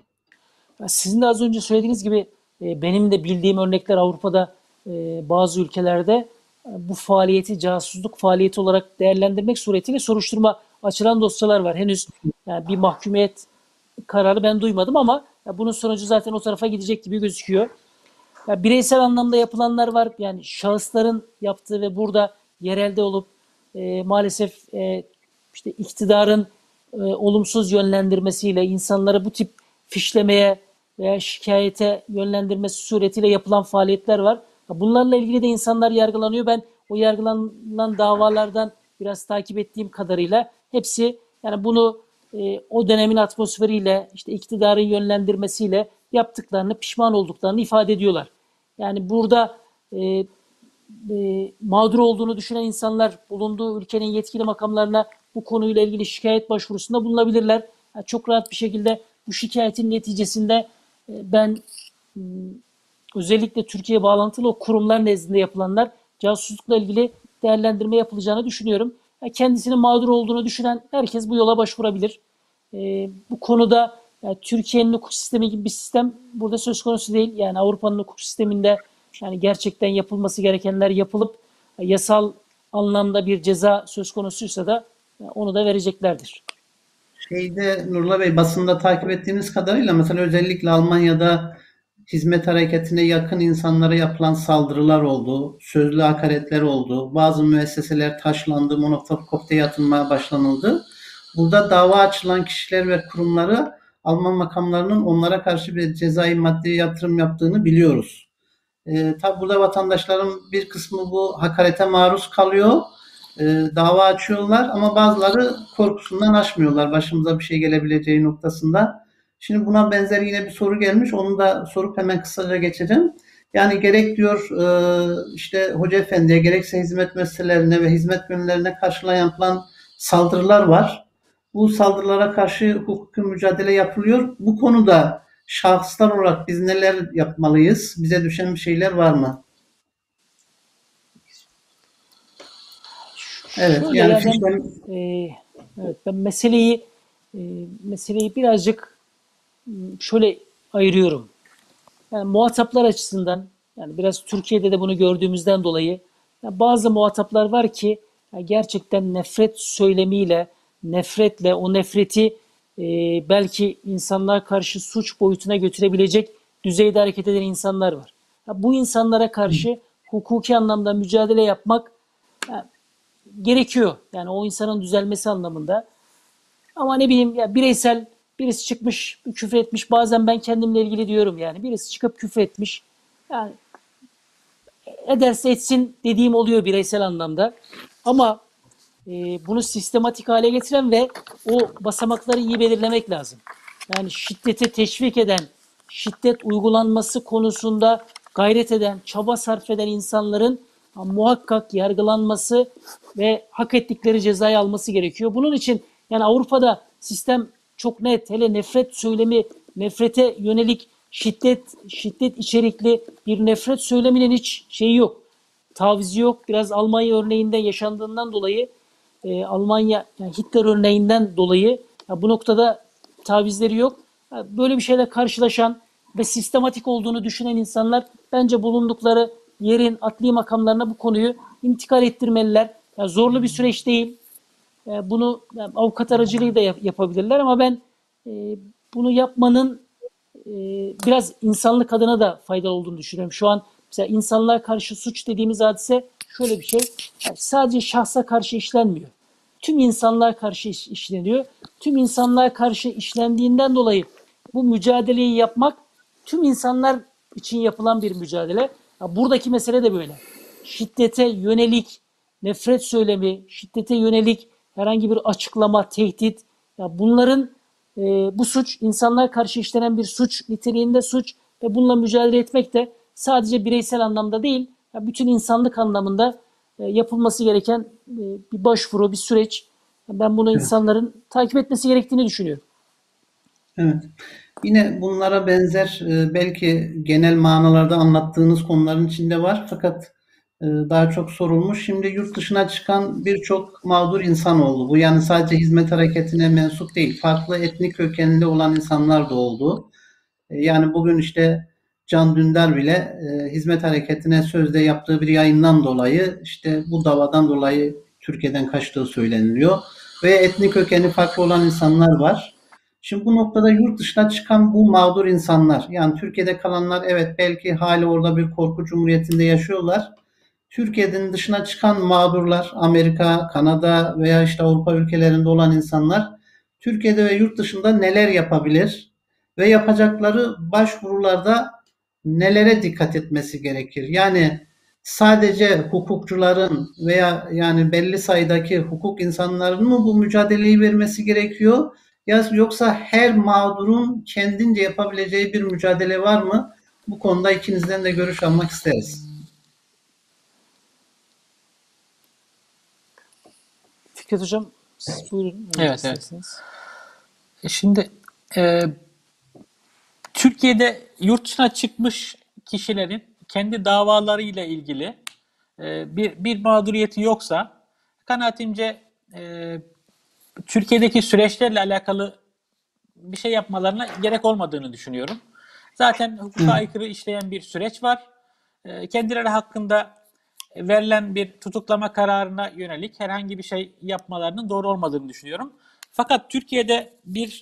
Sizin de az önce söylediğiniz gibi benim de bildiğim örnekler Avrupa'da bazı ülkelerde bu faaliyeti casusluk faaliyeti olarak değerlendirmek suretiyle soruşturma açılan dosyalar var. Henüz yani bir mahkumiyet kararı ben duymadım ama bunun sonucu zaten o tarafa gidecek gibi gözüküyor. Ya bireysel anlamda yapılanlar var. Yani şahısların yaptığı ve burada yerelde olup maalesef işte iktidarın olumsuz yönlendirmesiyle insanları bu tip fişlemeye veya şikayete yönlendirmesi suretiyle yapılan faaliyetler var. Bunlarla ilgili de insanlar yargılanıyor. Ben o yargılanan davalardan biraz takip ettiğim kadarıyla hepsi yani bunu o dönemin atmosferiyle işte iktidarın yönlendirmesiyle yaptıklarını, pişman olduklarını ifade ediyorlar. Yani burada mağdur olduğunu düşünen insanlar bulunduğu ülkenin yetkili makamlarına bu konuyla ilgili şikayet başvurusunda bulunabilirler. Yani çok rahat bir şekilde bu şikayetin neticesinde ben özellikle Türkiye bağlantılı o kurumlar nezdinde yapılanlar casuslukla ilgili değerlendirme yapılacağını düşünüyorum. Yani kendisinin mağdur olduğunu düşünen herkes bu yola başvurabilir. Bu konuda yani Türkiye'nin hukuk sistemi gibi bir sistem burada söz konusu değil. Yani Avrupa'nın hukuk sisteminde yani gerçekten yapılması gerekenler yapılıp yasal anlamda bir ceza söz konusuysa da onu da vereceklerdir. Nurullah Bey, basında takip ettiğimiz kadarıyla mesela özellikle Almanya'da hizmet hareketine yakın insanlara yapılan saldırılar oldu, sözlü hakaretler oldu, bazı müesseseler taşlandı, Molotov kokteyli atılmaya başlanıldı. Burada dava açılan kişiler ve kurumları Alman makamlarının onlara karşı bir cezai maddi yatırım yaptığını biliyoruz. Tabi burada vatandaşların bir kısmı bu hakarete maruz kalıyor. dava açıyorlar ama bazıları korkusundan açmıyorlar başımıza bir şey gelebileceği noktasında. Şimdi buna benzer yine bir soru gelmiş. Onu da sorup hemen kısaca geçeceğim. Yani gerek diyor işte Hoca Efendi'ye gerekse hizmet meselelerine ve hizmet gönüllerine karşılayan yapılan saldırılar var. Bu saldırılara karşı hukuki mücadele yapılıyor. Bu konuda şahıslar olarak biz neler yapmalıyız? Bize düşen bir şeyler var mı? Evet, Şöyle yani ya ben fişlem evet ben meseleyi birazcık şöyle ayırıyorum. Yani muhataplar açısından yani biraz Türkiye'de de bunu gördüğümüzden dolayı ya bazı muhataplar var ki ya gerçekten nefret söylemiyle, nefretle o nefreti e, belki insanlığa karşı suç boyutuna götürebilecek düzeyde hareket eden insanlar var. Ya bu insanlara karşı hukuki anlamda mücadele yapmak ya, gerekiyor. Yani o insanın düzelmesi anlamında. Ama ne bileyim ya bireysel birisi çıkmış küfür etmiş. Bazen ben kendimle ilgili diyorum yani. Birisi çıkıp küfür etmiş. Yani ederse etsin dediğim oluyor bireysel anlamda. Ama bunu sistematik hale getiren ve o basamakları iyi belirlemek lazım. Yani şiddete teşvik eden, şiddet uygulanması konusunda gayret eden, çaba sarf eden insanların muhakkak yargılanması ve hak ettikleri cezayı alması gerekiyor. Bunun için yani Avrupa'da sistem çok net. Hele nefret söylemi, nefrete yönelik şiddet içerikli bir nefret söyleminin hiç şeyi yok. Tavizi yok. Biraz Almanya örneğinde yaşandığından dolayı Almanya yani Hitler örneğinden dolayı ya bu noktada tavizleri yok. Ya böyle bir şeyle karşılaşan ve sistematik olduğunu düşünen insanlar bence bulundukları yerin adli makamlarına bu konuyu intikal ettirmeliler. Ya zorlu bir süreç değil. Bunu yani avukat aracılığıyla da yapabilirler ama ben bunu yapmanın e, biraz insanlık adına da faydalı olduğunu düşünüyorum. Şu an mesela insanlığa karşı suç dediğimiz hadise şöyle bir şey. Yani sadece şahsa karşı işlenmiyor. Tüm insanlığa karşı işleniyor. Tüm insanlığa karşı işlendiğinden dolayı bu mücadeleyi yapmak tüm insanlar için yapılan bir mücadele. Ya buradaki mesele de böyle. Şiddete yönelik nefret söylemi, şiddete yönelik herhangi bir açıklama, tehdit, ya bunların bu suç insanlar karşı işlenen bir suç niteliğinde suç ve bununla mücadele etmek de sadece bireysel anlamda değil, ya bütün insanlık anlamında yapılması gereken bir başvuru, bir süreç. Ben bunu evet. insanların takip etmesi gerektiğini düşünüyorum. Evet. Yine bunlara benzer belki genel manalarda anlattığınız konuların içinde var fakat daha çok sorulmuş. Şimdi yurt dışına çıkan birçok mağdur insan oldu. Bu yani sadece hizmet hareketine mensup değil, farklı etnik kökenli olan insanlar da oldu. Yani bugün işte Can Dündar bile hizmet hareketine sözde yaptığı bir yayından dolayı işte bu davadan dolayı Türkiye'den kaçtığı söyleniliyor. Ve etnik kökeni farklı olan insanlar var. Şimdi bu noktada yurt dışına çıkan bu mağdur insanlar, yani Türkiye'de kalanlar evet belki hali orada bir korku cumhuriyetinde yaşıyorlar. Türkiye'nin dışına çıkan mağdurlar, Amerika, Kanada veya işte Avrupa ülkelerinde olan insanlar Türkiye'de ve yurt dışında neler yapabilir ve yapacakları başvurularda nelere dikkat etmesi gerekir? Yani sadece hukukçuların veya yani belli sayıdaki hukuk insanlarının mı bu mücadeleyi vermesi gerekiyor? Yoksa her mağdurun kendince yapabileceği bir mücadele var mı? Bu konuda ikinizden de görüş almak isteriz. Fikret Hocam, siz buyurun önce Evet, evet. isterseniz. Şimdi e, Türkiye'de yurt dışına çıkmış kişilerin kendi davalarıyla ilgili bir mağduriyeti yoksa kanaatimce Türkiye'deki süreçlerle alakalı bir şey yapmalarına gerek olmadığını düşünüyorum. Zaten hukuka Evet. aykırı işleyen bir süreç var. Kendileri hakkında verilen bir tutuklama kararına yönelik herhangi bir şey yapmalarının doğru olmadığını düşünüyorum. Fakat Türkiye'de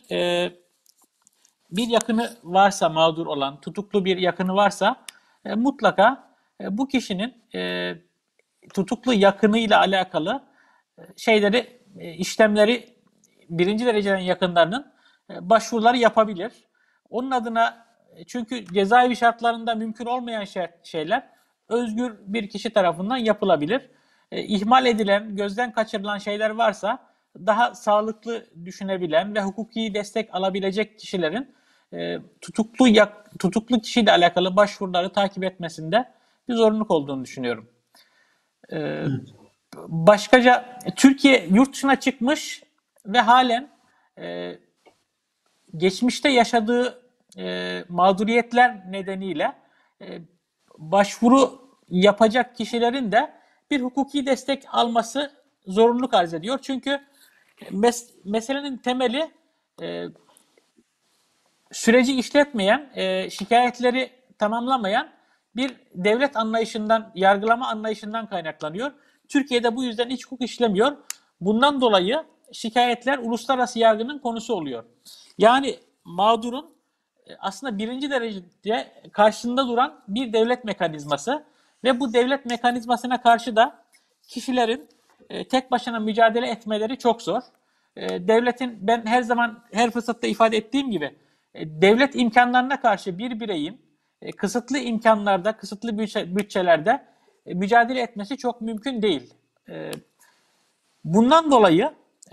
bir yakını varsa mağdur olan, tutuklu bir yakını varsa mutlaka bu kişinin tutuklu yakınıyla alakalı işlemleri birinci dereceden yakınlarının başvuruları yapabilir. Onun adına çünkü cezaevi şartlarında mümkün olmayan şeyler özgür bir kişi tarafından yapılabilir. ihmal edilen, gözden kaçırılan şeyler varsa daha sağlıklı düşünebilen ve hukuki destek alabilecek kişilerin tutuklu kişiyle alakalı başvuruları takip etmesinde bir zorunluluk olduğunu düşünüyorum. Başkaca Türkiye yurt dışına çıkmış ve halen geçmişte yaşadığı mağduriyetler nedeniyle başvuru yapacak kişilerin de bir hukuki destek alması zorunluluk arz ediyor. Çünkü meselenin temeli süreci işletmeyen, şikayetleri tamamlamayan bir devlet anlayışından, yargılama anlayışından kaynaklanıyor. Türkiye'de bu yüzden hiç hukuk işlemiyor. Bundan dolayı şikayetler uluslararası yargının konusu oluyor. Yani mağdurun aslında birinci derecede karşısında duran bir devlet mekanizması ve bu devlet mekanizmasına karşı da kişilerin tek başına mücadele etmeleri çok zor. Devletin, ben her zaman her fırsatta ifade ettiğim gibi, devlet imkanlarına karşı bir bireyin kısıtlı imkanlarda, kısıtlı bütçelerde mücadele etmesi çok mümkün değil. Bundan dolayı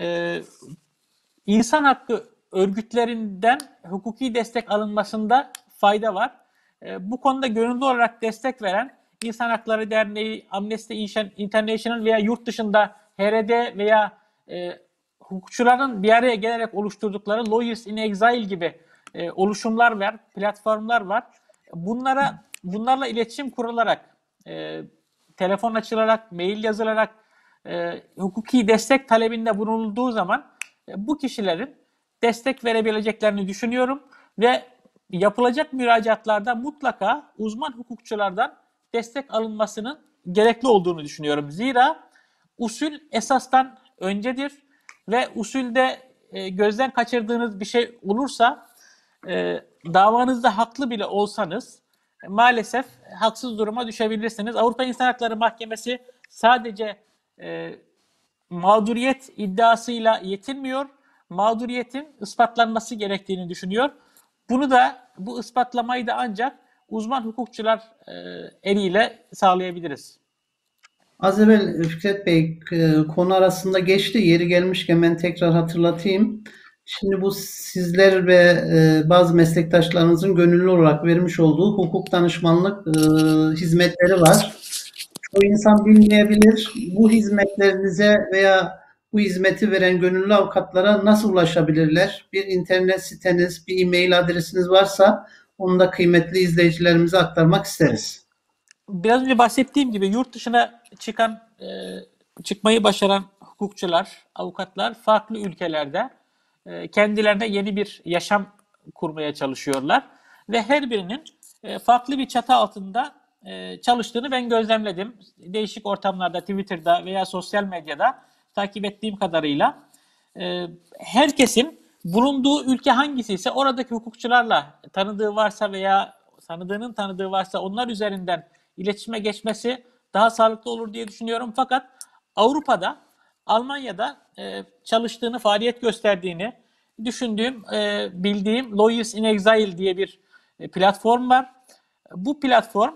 insan hakkı örgütlerinden hukuki destek alınmasında fayda var. Bu konuda gönüllü olarak destek veren İnsan Hakları Derneği, Amnesty International veya yurt dışında HRD veya hukukçuların bir araya gelerek oluşturdukları Lawyers in Exile gibi oluşumlar var, platformlar var. Bunlarla iletişim kurularak, telefon açılarak, mail yazılarak hukuki destek talebinde bulunulduğu zaman bu kişilerin destek verebileceklerini düşünüyorum ve yapılacak müracaatlarda mutlaka uzman hukukçulardan destek alınmasının gerekli olduğunu düşünüyorum. Zira usul esastan öncedir ve usulde gözden kaçırdığınız bir şey olursa davanızda haklı bile olsanız maalesef haksız duruma düşebilirsiniz. Avrupa İnsan Hakları Mahkemesi sadece mağduriyet iddiasıyla yetinmiyor, mağduriyetin ispatlanması gerektiğini düşünüyor. Bu ispatlamayı da ancak uzman hukukçular eliyle sağlayabiliriz. Az evvel Fikret Bey konu arasında geçti. Yeri gelmişken ben tekrar hatırlatayım. Şimdi bu sizler ve bazı meslektaşlarınızın gönüllü olarak vermiş olduğu hukuk danışmanlık hizmetleri var. Çoğu insan bilmeyebilir. Bu hizmetlerinize veya bu hizmeti veren gönüllü avukatlara nasıl ulaşabilirler? Bir internet siteniz, bir e-mail adresiniz varsa onu da kıymetli izleyicilerimize aktarmak isteriz. Biraz önce bahsettiğim gibi yurt dışına çıkmayı başaran hukukçular, avukatlar farklı ülkelerde kendilerine yeni bir yaşam kurmaya çalışıyorlar ve her birinin farklı bir çatı altında çalıştığını ben gözlemledim. Değişik ortamlarda, Twitter'da veya sosyal medyada takip ettiğim kadarıyla herkesin bulunduğu ülke hangisi ise oradaki hukukçularla tanıdığı varsa veya tanıdığının tanıdığı varsa onlar üzerinden iletişime geçmesi daha sağlıklı olur diye düşünüyorum. Fakat Avrupa'da, Almanya'da çalıştığını, faaliyet gösterdiğini düşündüğüm, bildiğim Lawyers in Exile diye bir platform var. Bu platform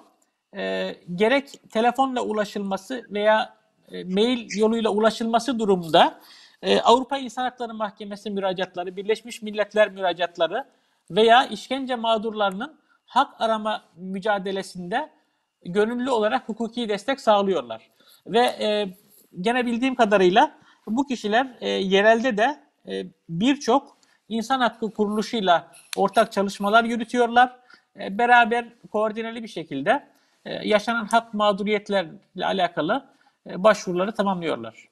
gerek telefonla ulaşılması veya mail yoluyla ulaşılması durumunda Avrupa İnsan Hakları Mahkemesi müracaatları, Birleşmiş Milletler müracaatları veya işkence mağdurlarının hak arama mücadelesinde gönüllü olarak hukuki destek sağlıyorlar. Ve gene bildiğim kadarıyla bu kişiler yerelde de birçok insan hakkı kuruluşuyla ortak çalışmalar yürütüyorlar. Beraber koordineli bir şekilde yaşanan hak mağduriyetlerle alakalı başvuruları tamamlıyorlar.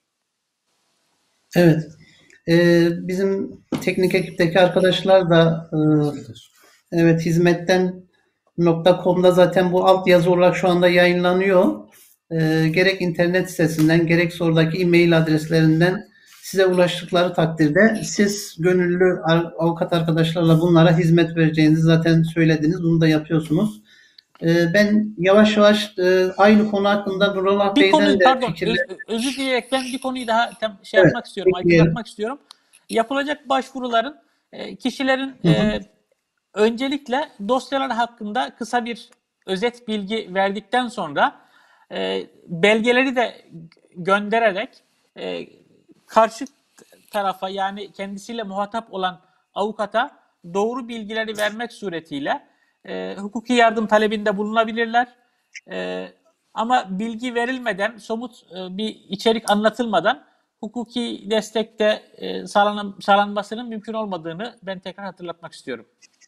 Evet. Bizim teknik ekipteki arkadaşlar da evet hizmetten.com'da zaten bu altyazı olarak şu anda yayınlanıyor. Gerek internet sitesinden gerekse oradaki e-mail adreslerinden size ulaştıkları takdirde siz gönüllü avukat arkadaşlarla bunlara hizmet vereceğinizi zaten söylediniz. Bunu da yapıyorsunuz. Ben yavaş yavaş aynı konu hakkında Nurullah Bey'den de fikirler... Özür dileyerek ben bir konuyu daha yapmak istiyorum, aydınlatmak istiyorum. Yapılacak başvuruların kişilerin öncelikle dosyalar hakkında kısa bir özet bilgi verdikten sonra belgeleri de göndererek karşı tarafa, yani kendisiyle muhatap olan avukata doğru bilgileri vermek suretiyle hukuki yardım talebinde bulunabilirler. Ama bilgi verilmeden, somut bir içerik anlatılmadan hukuki destekte sağlanmasının mümkün olmadığını ben tekrar hatırlatmak istiyorum.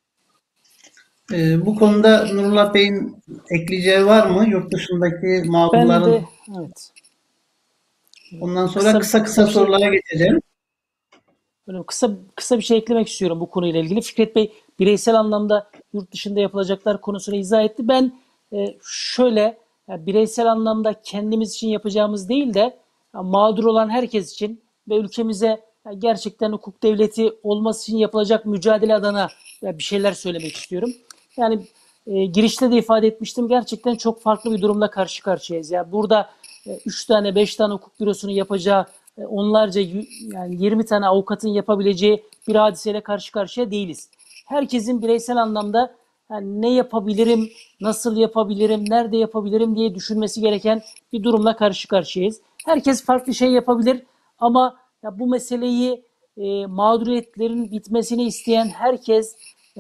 Bu konuda Nurullah Bey'in ekleyeceği var mı? Yurt dışındaki Ben de mağdurların. evet Ondan sonra kısa bir şey sorulara geçeceğim. böyle kısa bir şey eklemek istiyorum bu konuyla ilgili. Fikret Bey bireysel anlamda yurt dışında yapılacaklar konusunu izah etti. Ben şöyle bireysel anlamda kendimiz için yapacağımız değil de mağdur olan herkes için ve ülkemize gerçekten hukuk devleti olması için yapılacak mücadele adına bir şeyler söylemek istiyorum. Yani girişte de ifade etmiştim. Gerçekten çok farklı bir durumla karşı karşıyayız. Yani burada 3 tane 5 tane hukuk bürosunun yapacağı onlarca yani 20 tane avukatın yapabileceği bir hadiseyle karşı karşıya değiliz. Herkesin bireysel anlamda yani ne yapabilirim, nasıl yapabilirim, nerede yapabilirim diye düşünmesi gereken bir durumla karşı karşıyayız. Herkes farklı şey yapabilir ama ya bu meseleyi mağduriyetlerin bitmesini isteyen herkes,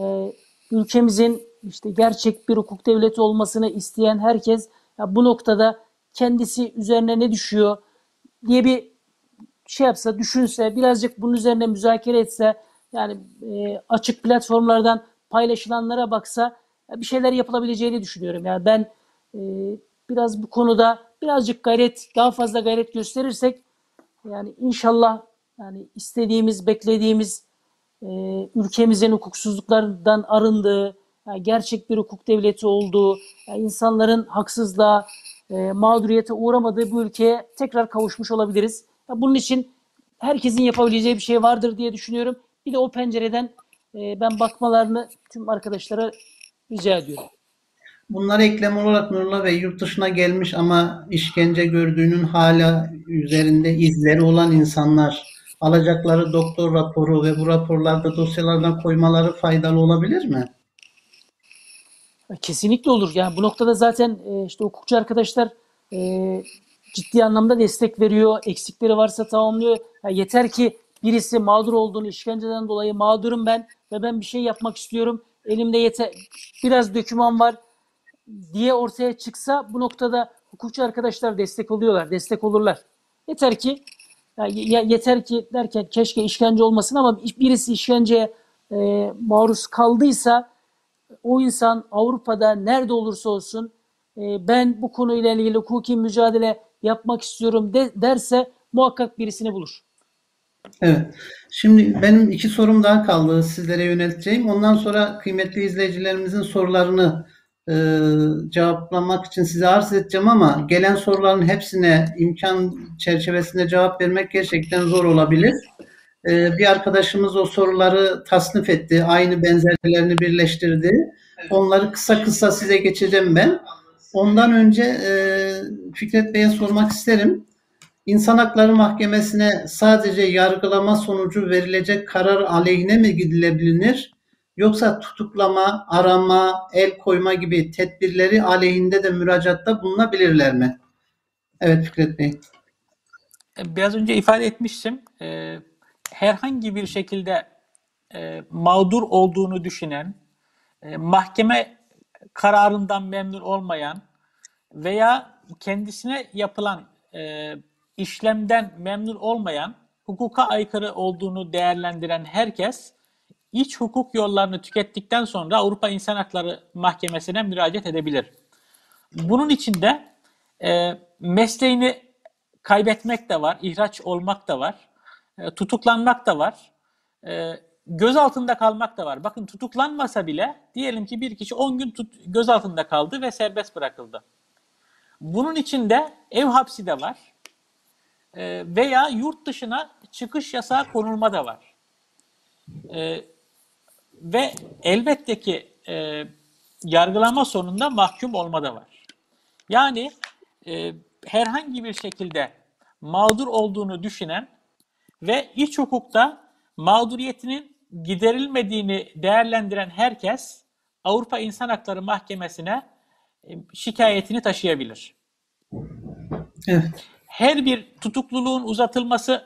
ülkemizin işte gerçek bir hukuk devleti olmasını isteyen herkes ya bu noktada kendisi üzerine ne düşüyor diye bir şey yapsa, düşünse, birazcık bunun üzerine müzakere etse, yani açık platformlardan paylaşılanlara baksa bir şeyler yapılabileceğini düşünüyorum. Yani ben e, biraz bu konuda birazcık gayret, daha fazla gayret gösterirsek yani inşallah yani istediğimiz, beklediğimiz ülkemizin hukuksuzluklardan arındığı, yani gerçek bir hukuk devleti olduğu, yani insanların haksızlığa, mağduriyete uğramadığı bu ülkeye tekrar kavuşmuş olabiliriz. Yani bunun için herkesin yapabileceği bir şey vardır diye düşünüyorum. Bir de o pencereden ben bakmalarını tüm arkadaşlara rica ediyorum. Bunlara eklem olarak Nurullah Bey, yurt dışına gelmiş ama işkence gördüğünün hala üzerinde izleri olan insanlar alacakları doktor raporu ve bu raporlarda dosyalardan koymaları faydalı olabilir mi? Kesinlikle olur. Yani bu noktada zaten işte hukukçu arkadaşlar ciddi anlamda destek veriyor. Eksikleri varsa tamamlıyor. Ya yeter ki birisi mağdur olduğunu, işkenceden dolayı mağdurum ben ve ben bir şey yapmak istiyorum. Elimde biraz döküman var diye ortaya çıksa bu noktada hukukçu arkadaşlar destek oluyorlar, destek olurlar. Yeter ki yeter ki derken keşke işkence olmasın ama birisi işkenceye maruz kaldıysa o insan Avrupa'da nerede olursa olsun ben bu konuyla ilgili hukuki mücadele yapmak istiyorum derse muhakkak birisini bulur. Evet. Şimdi benim 2 sorum daha kaldı sizlere yönelteceğim. Ondan sonra kıymetli izleyicilerimizin sorularını cevaplamak için size arz edeceğim ama gelen soruların hepsine imkan çerçevesinde cevap vermek gerçekten zor olabilir. Bir arkadaşımız o soruları tasnif etti. Aynı benzerlerini birleştirdi. Onları kısa size geçeceğim ben. Ondan önce Fikret Bey'e sormak isterim. İnsan Hakları Mahkemesi'ne sadece yargılama sonucu verilecek karar aleyhine mi gidilebilir? Yoksa tutuklama, arama, el koyma gibi tedbirleri aleyhinde de müracaatta bulunabilirler mi? Evet Fikret Bey. Biraz önce ifade etmiştim. Herhangi bir şekilde mağdur olduğunu düşünen, mahkeme kararından memnun olmayan veya kendisine yapılan işlemden memnun olmayan, hukuka aykırı olduğunu değerlendiren herkes iç hukuk yollarını tükettikten sonra Avrupa İnsan Hakları Mahkemesi'ne müracaat edebilir. Bunun için de mesleğini kaybetmek de var, ihraç olmak da var, tutuklanmak da var, gözaltında kalmak da var. Bakın tutuklanmasa bile diyelim ki bir kişi 10 gün gözaltında kaldı ve serbest bırakıldı. Bunun için de ev hapsi de var veya yurt dışına çıkış yasağı konulma da var. Ve elbette ki yargılama sonunda mahkum olma da var. Yani herhangi bir şekilde mağdur olduğunu düşünen ve iç hukukta mağduriyetinin giderilmediğini değerlendiren herkes Avrupa İnsan Hakları Mahkemesi'ne şikayetini taşıyabilir. Evet. her bir tutukluluğun uzatılması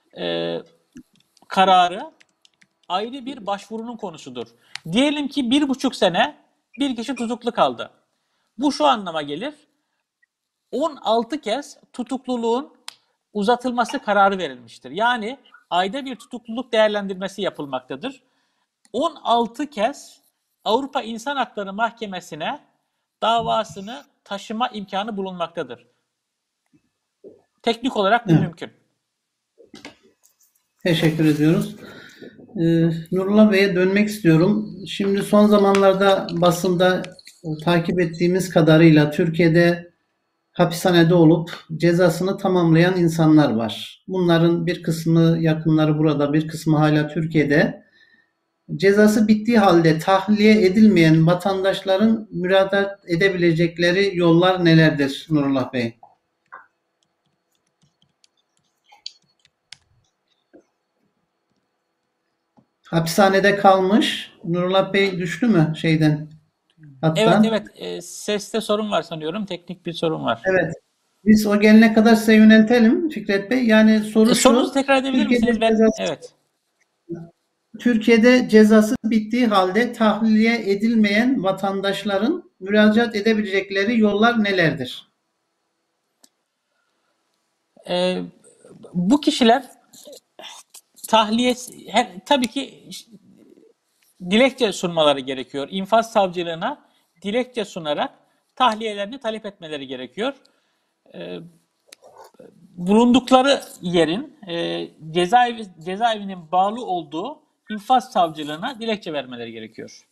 kararı ayrı bir başvurunun konusudur. Diyelim ki 1,5 sene bir kişi tutuklu kaldı. Bu şu anlama gelir: 16 kez tutukluluğun uzatılması kararı verilmiştir. Yani ayda bir tutukluluk değerlendirmesi yapılmaktadır. 16 kez Avrupa İnsan Hakları Mahkemesi'ne davasını taşıma imkanı bulunmaktadır. Teknik olarak bu Evet. mümkün. Teşekkür ediyoruz. Nurullah Bey'e dönmek istiyorum. Şimdi son zamanlarda basında takip ettiğimiz kadarıyla Türkiye'de hapishanede olup cezasını tamamlayan insanlar var. Bunların bir kısmı yakınları burada, bir kısmı hala Türkiye'de. Cezası bittiği halde tahliye edilmeyen vatandaşların müracaat edebilecekleri yollar nelerdir Nurullah Bey? Hapishanede kalmış. Nurullah Bey düştü mü şeyden? Hattan. Evet. Seste sorun var sanıyorum. Teknik bir sorun var. Evet. Biz o gelene kadar size yöneltelim Fikret Bey. Yani soru Sorunuzu şu. tekrar edebilir misiniz? Evet. Türkiye'de cezası bittiği halde tahliye edilmeyen vatandaşların müracaat edebilecekleri yollar nelerdir? Bu kişiler tahliye, tabii ki dilekçe sunmaları gerekiyor. İnfaz savcılığına dilekçe sunarak tahliyelerini talep etmeleri gerekiyor. Bulundukları yerin cezaevinin bağlı olduğu infaz savcılığına dilekçe vermeleri gerekiyor.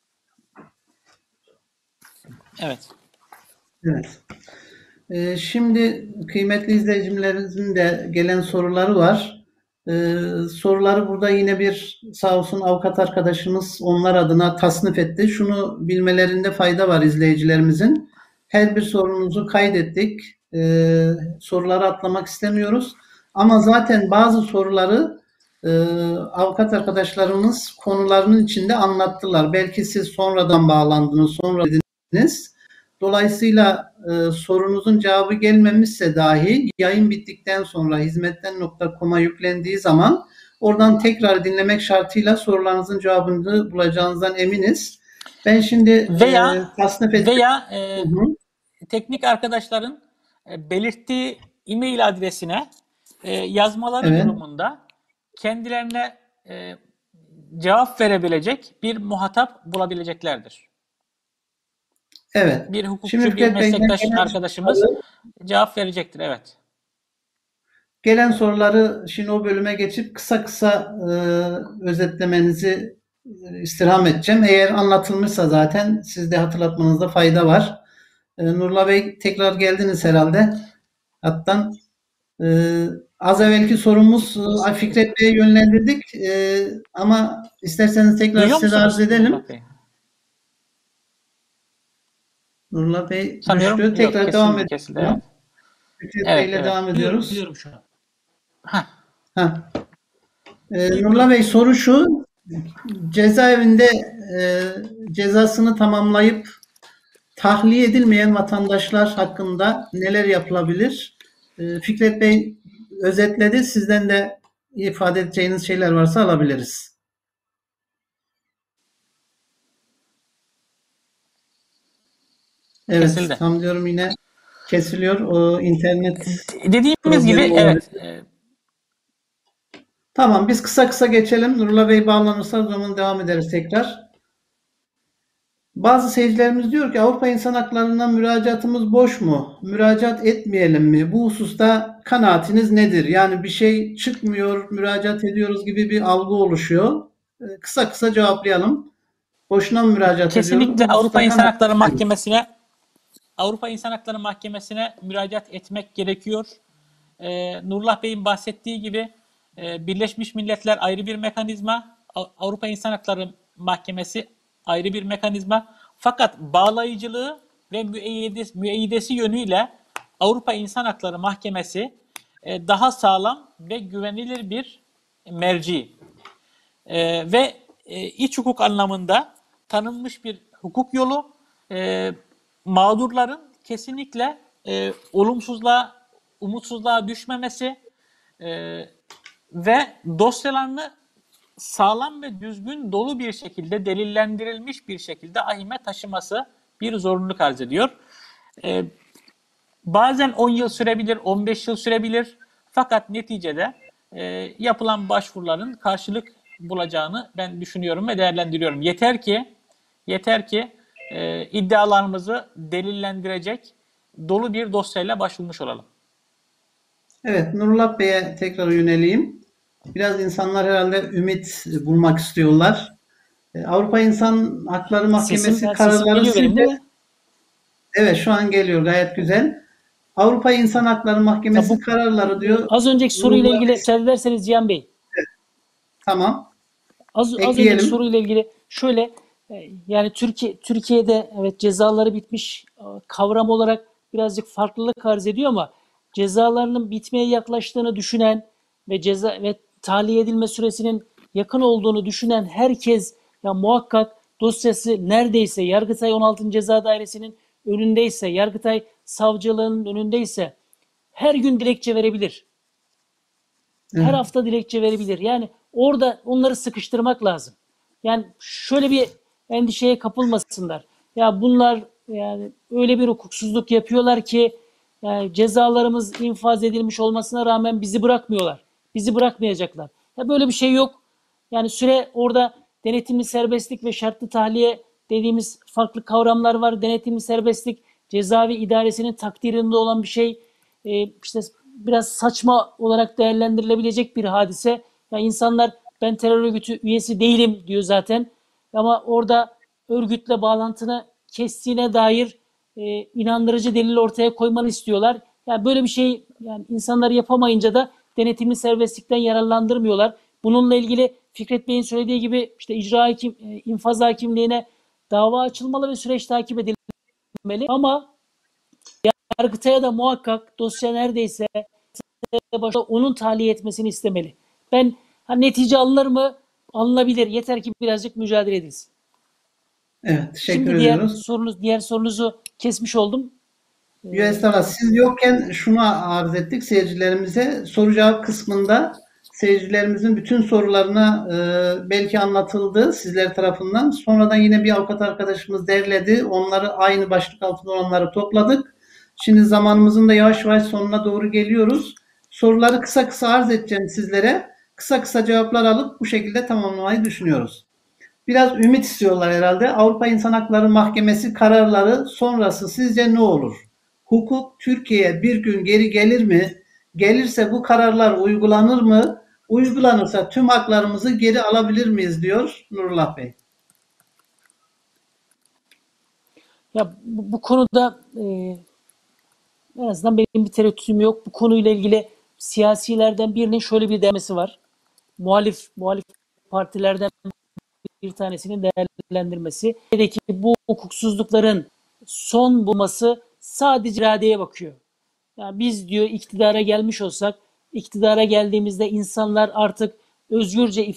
Evet. Evet. Şimdi kıymetli izleyicilerimizin de gelen soruları var. Soruları burada yine bir sağ olsun avukat arkadaşımız onlar adına tasnif etti. Şunu bilmelerinde fayda var izleyicilerimizin. Her bir sorunuzu kaydettik. Soruları atlamak istemiyoruz. Ama zaten bazı soruları avukat arkadaşlarımız konularının içinde anlattılar. Belki siz sonradan bağlandınız, sonra dediniz. Dolayısıyla sorunuzun cevabı gelmemişse dahi yayın bittikten sonra hizmetten.com'a yüklendiği zaman oradan tekrar dinlemek şartıyla sorularınızın cevabını bulacağınızdan eminiz. Ben şimdi tasnif ettim. Veya teknik arkadaşların belirttiği e-mail adresine yazmaları durumunda kendilerine cevap verebilecek bir muhatap bulabileceklerdir. Evet. Bir hukukçu, Şimdi bir meslektaş arkadaşımız cevap verecektir. Evet. Gelen soruları şimdi o bölüme geçip kısa kısa özetlemenizi istirham edeceğim. Eğer anlatılmışsa zaten siz de hatırlatmanızda fayda var. Nurullah Bey tekrar geldiniz herhalde. Hatta az evvelki sorumuz Fikret Bey'e yönlendirdik. Ama isterseniz tekrar Duyuyor size arz musunuz edelim. Nurullah Bey? Nurullah Bey Sanıyorum düştü. Tekrar yok, devam edelim. kesildi, evet. Fikret Evet, Bey ile evet. devam ediyoruz. Duyuyorum şu an. Nurullah Bey soru şu. Cezaevinde cezasını tamamlayıp tahliye edilmeyen vatandaşlar hakkında neler yapılabilir? Fikret Bey özetledi. Sizden de ifade edeceğiniz şeyler varsa alabiliriz. Evet, Kesildi. tam diyorum yine kesiliyor. O internet Dediğimiz gibi problemi evet. Tamam, biz kısa kısa geçelim. Nurullah Bey bağlanırsa o zaman devam ederiz tekrar. Bazı seyircilerimiz diyor ki Avrupa İnsan Hakları'na müracaatımız boş mu? Müracaat etmeyelim mi? Bu hususta kanaatiniz nedir? Yani bir şey çıkmıyor, müracaat ediyoruz gibi bir algı oluşuyor. Kısa kısa cevaplayalım. Boşuna mı müracaat ediyoruz? Kesinlikle Bu hususta Avrupa İnsan Hakları Mahkemesi'ne müracaat etmek gerekiyor. Nurullah Bey'in bahsettiği gibi Birleşmiş Milletler ayrı bir mekanizma, Avrupa İnsan Hakları Mahkemesi ayrı bir mekanizma. Fakat bağlayıcılığı ve müeyyidesi yönüyle Avrupa İnsan Hakları Mahkemesi daha sağlam ve güvenilir bir merci. Ve iç hukuk anlamında tanınmış bir hukuk yolu. Mağdurların kesinlikle olumsuzluğa umutsuzluğa düşmemesi ve dosyalarını sağlam ve düzgün, dolu bir şekilde, delillendirilmiş bir şekilde AİHM'e taşıması bir zorunluluk arz ediyor. Bazen 10 yıl sürebilir, 15 yıl sürebilir. Fakat neticede yapılan başvuruların karşılık bulacağını ben düşünüyorum ve değerlendiriyorum. Yeter ki iddialarımızı delillendirecek dolu bir dosyayla başvurmuş olalım. Evet, Nurullah Bey'e tekrar yöneleyim. Biraz insanlar herhalde ümit bulmak istiyorlar. Avrupa İnsan Hakları Mahkemesi Sesim kararları geliyor benim değil sizce... mi? Evet, şu an geliyor, gayet güzel. Avrupa İnsan Hakları Mahkemesi Ya bu kararları diyor. az önceki soruyla Nurullah ilgili Bey, müsaade ederseniz Cihan Bey. tamam, Az önceki ekleyelim. soruyla ilgili şöyle yani Türkiye'de evet cezaları bitmiş kavram olarak birazcık farklılık arz ediyor ama cezalarının bitmeye yaklaştığını düşünen ve ceza ve tahliye edilme süresinin yakın olduğunu düşünen herkes ya muhakkak dosyası neredeyse Yargıtay 16. Ceza Dairesi'nin önündeyse, Yargıtay savcılığının önündeyse her gün dilekçe verebilir. Her Evet. hafta dilekçe verebilir. Yani orada onları sıkıştırmak lazım. Yani şöyle bir endişeye kapılmasınlar. Ya bunlar yani öyle bir hukuksuzluk yapıyorlar ki yani cezalarımız infaz edilmiş olmasına rağmen bizi bırakmıyorlar. Bizi bırakmayacaklar. Ya böyle bir şey yok. Yani süre orada denetimli serbestlik ve şartlı tahliye dediğimiz farklı kavramlar var. Denetimli serbestlik cezaevi idaresinin takdirinde olan bir şey. İşte biraz saçma olarak değerlendirilebilecek bir hadise. Yani insanlar ben terör örgütü üyesi değilim diyor zaten. Ama orada örgütle bağlantını kestiğine dair inandırıcı delil ortaya koymanı istiyorlar. Yani böyle bir şey yani insanlar yapamayınca da denetimli serbestlikten yararlandırmıyorlar. Bununla ilgili Fikret Bey'in söylediği gibi işte infaz hakimliğine dava açılmalı ve süreç takip edilmeli. Ama Yargıtay'a da muhakkak dosya neredeyse başta onun tahliye etmesini istemeli. Ben netice alınır mı? Alınabilir. Yeter ki birazcık mücadele edilsin. Evet, teşekkür Şimdi ediyoruz. diğer sorunuzu kesmiş oldum. Estağfurullah. Siz yokken şunu arz ettik seyircilerimize. Soru cevap kısmında seyircilerimizin bütün sorularına belki anlatıldı sizler tarafından. Sonradan yine bir avukat arkadaşımız derledi. Onları aynı başlık altında olanları topladık. Şimdi zamanımızın da yavaş yavaş sonuna doğru geliyoruz. Soruları kısa kısa arz edeceğim sizlere. Kısa kısa cevaplar alıp bu şekilde tamamlamayı düşünüyoruz. Biraz ümit istiyorlar herhalde. Avrupa İnsan Hakları Mahkemesi kararları sonrası sizce ne olur? Hukuk Türkiye'ye bir gün geri gelir mi? Gelirse bu kararlar uygulanır mı? Uygulanırsa tüm haklarımızı geri alabilir miyiz diyor Nurullah Bey. Ya bu konuda en azından benim bir tereddütüm yok. Bu konuyla ilgili siyasilerden birinin şöyle bir demesi var. Muhalif partilerden bir tanesinin değerlendirmesi. Türkiye'deki bu hukuksuzlukların son bulması sadece iradeye bakıyor. Yani biz diyor iktidara gelmiş olsak, iktidara geldiğimizde insanlar artık özgürce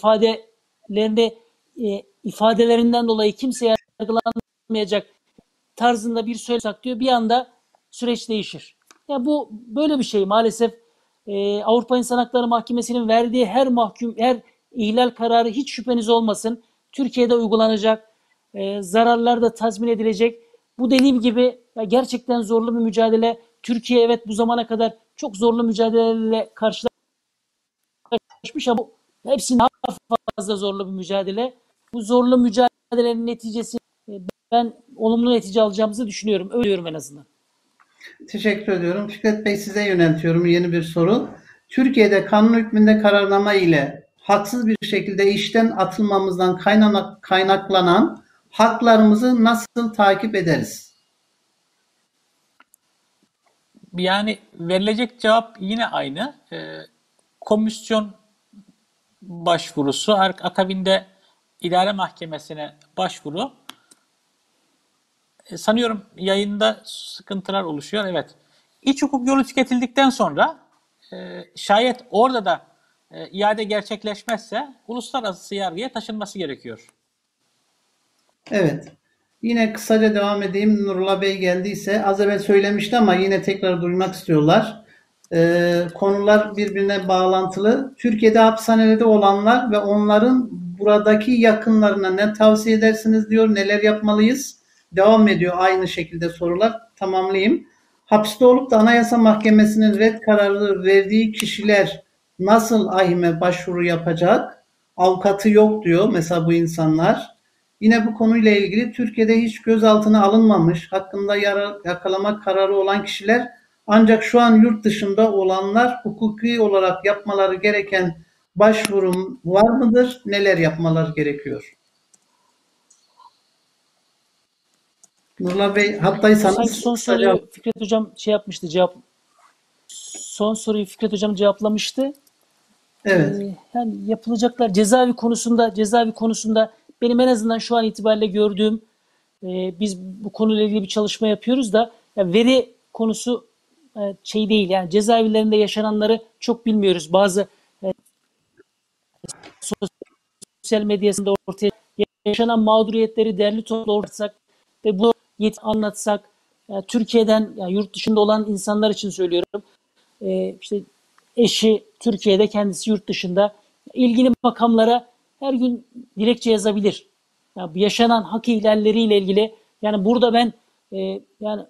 ifadelerinden dolayı kimse yargılanmayacak tarzında bir söylesek diyor bir anda süreç değişir. Ya bu böyle bir şey maalesef Avrupa İnsan Hakları Mahkemesi'nin verdiği her ihlal kararı hiç şüpheniz olmasın Türkiye'de uygulanacak, zararlar da tazmin edilecek. Bu dediğim gibi ya gerçekten zorlu bir mücadele. Türkiye evet bu zamana kadar çok zorlu mücadelelerle karşılaşmış ama hepsinin daha fazla zorlu bir mücadele. Bu zorlu mücadelenin neticesi ben olumlu netice alacağımızı düşünüyorum. Öyle diyorum en azından. Teşekkür ediyorum. Fikret Bey size yöneltiyorum yeni bir soru. Türkiye'de kanun hükmünde kararname ile haksız bir şekilde işten atılmamızdan kaynaklanan haklarımızı nasıl takip ederiz? Yani verilecek cevap yine aynı. Komisyon başvurusu, akabinde idare mahkemesine başvuru. Sanıyorum yayında sıkıntılar oluşuyor. Evet. İç hukuk yolu tüketildikten sonra şayet orada da iade gerçekleşmezse uluslararası yargıya taşınması gerekiyor. Evet. Yine kısaca devam edeyim. Nurullah Bey geldiyse az evvel söylemişti ama yine tekrar duymak istiyorlar. konular birbirine bağlantılı. Türkiye'de hapishanede olanlar ve onların buradaki yakınlarına ne tavsiye edersiniz diyor, neler yapmalıyız? Devam ediyor aynı şekilde sorular. Tamamlayayım. Hapiste olup da Anayasa Mahkemesi'nin red kararı verdiği kişiler nasıl AİHM'e başvuru yapacak? Avukatı yok diyor mesela bu insanlar. Yine bu konuyla ilgili Türkiye'de hiç gözaltına alınmamış, hakkında yakalama kararı olan kişiler ancak şu an yurt dışında olanlar hukuki olarak yapmaları gereken başvurum var mıdır? Neler yapmaları gerekiyor? Nurullah Bey, Sanki hattaysanız son soruyu Fikret Hocam şey yapmıştı, son soruyu Fikret Hocam cevaplamıştı. evet. Yani yapılacaklar cezaevi konusunda benim en azından şu an itibariyle gördüğüm, biz bu konuyla ilgili bir çalışma yapıyoruz da ya veri konusu şey değil, yani cezaevlerinde yaşananları çok bilmiyoruz. Bazı sosyal medyasında ortaya yaşanan mağduriyetleri derli toplu ortaya ve bunu anlatsak, Türkiye'den, yani yurt dışında olan insanlar için söylüyorum, işte eşi Türkiye'de, kendisi yurt dışında, ilgili makamlara her gün dilekçe yazabilir. Ya bu yaşanan hak ihlalleriyle ilgili, yani burada ben yani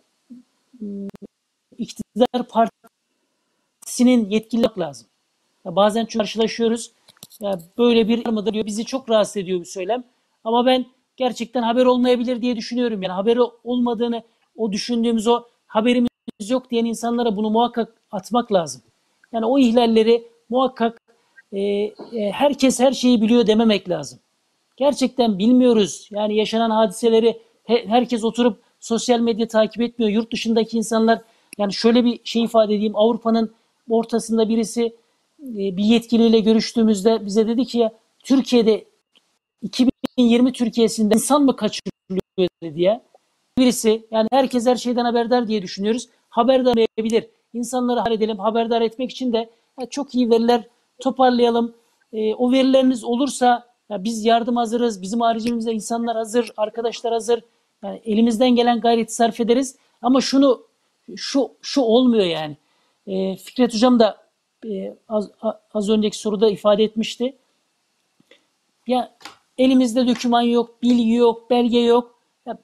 iktidar partisinin yetkili lazım. Ya bazen karşılaşıyoruz. Ya böyle bir mıdır diyor. Bizi çok rahatsız ediyor bu söylem. Ama ben gerçekten haber olmayabilir diye düşünüyorum. Yani haberi olmadığını, o düşündüğümüz, o haberimiz yok diyen insanlara bunu muhakkak atmak lazım. Yani o ihlalleri muhakkak herkes her şeyi biliyor dememek lazım. Gerçekten bilmiyoruz. Yani yaşanan hadiseleri herkes oturup sosyal medya takip etmiyor. Yurt dışındaki insanlar, yani şöyle bir şey ifade edeyim. Avrupa'nın ortasında birisi bir yetkiliyle görüştüğümüzde bize dedi ki, ya Türkiye'de 2020 Türkiye'sinde insan mı kaçırılıyor dedi ya. Birisi, yani herkes her şeyden haberdar diye düşünüyoruz. Haberdar olmayabilir. İnsanları haberdar etmek için de çok iyi veriler toparlayalım. O verileriniz olursa ya biz yardım hazırız. Bizim haricimizde insanlar hazır, arkadaşlar hazır. Yani elimizden gelen gayreti sarf ederiz. Ama şu olmuyor yani. Fikret Hocam da az önceki soruda ifade etmişti. Ya elimizde doküman yok, bilgi yok, belge yok. Ya,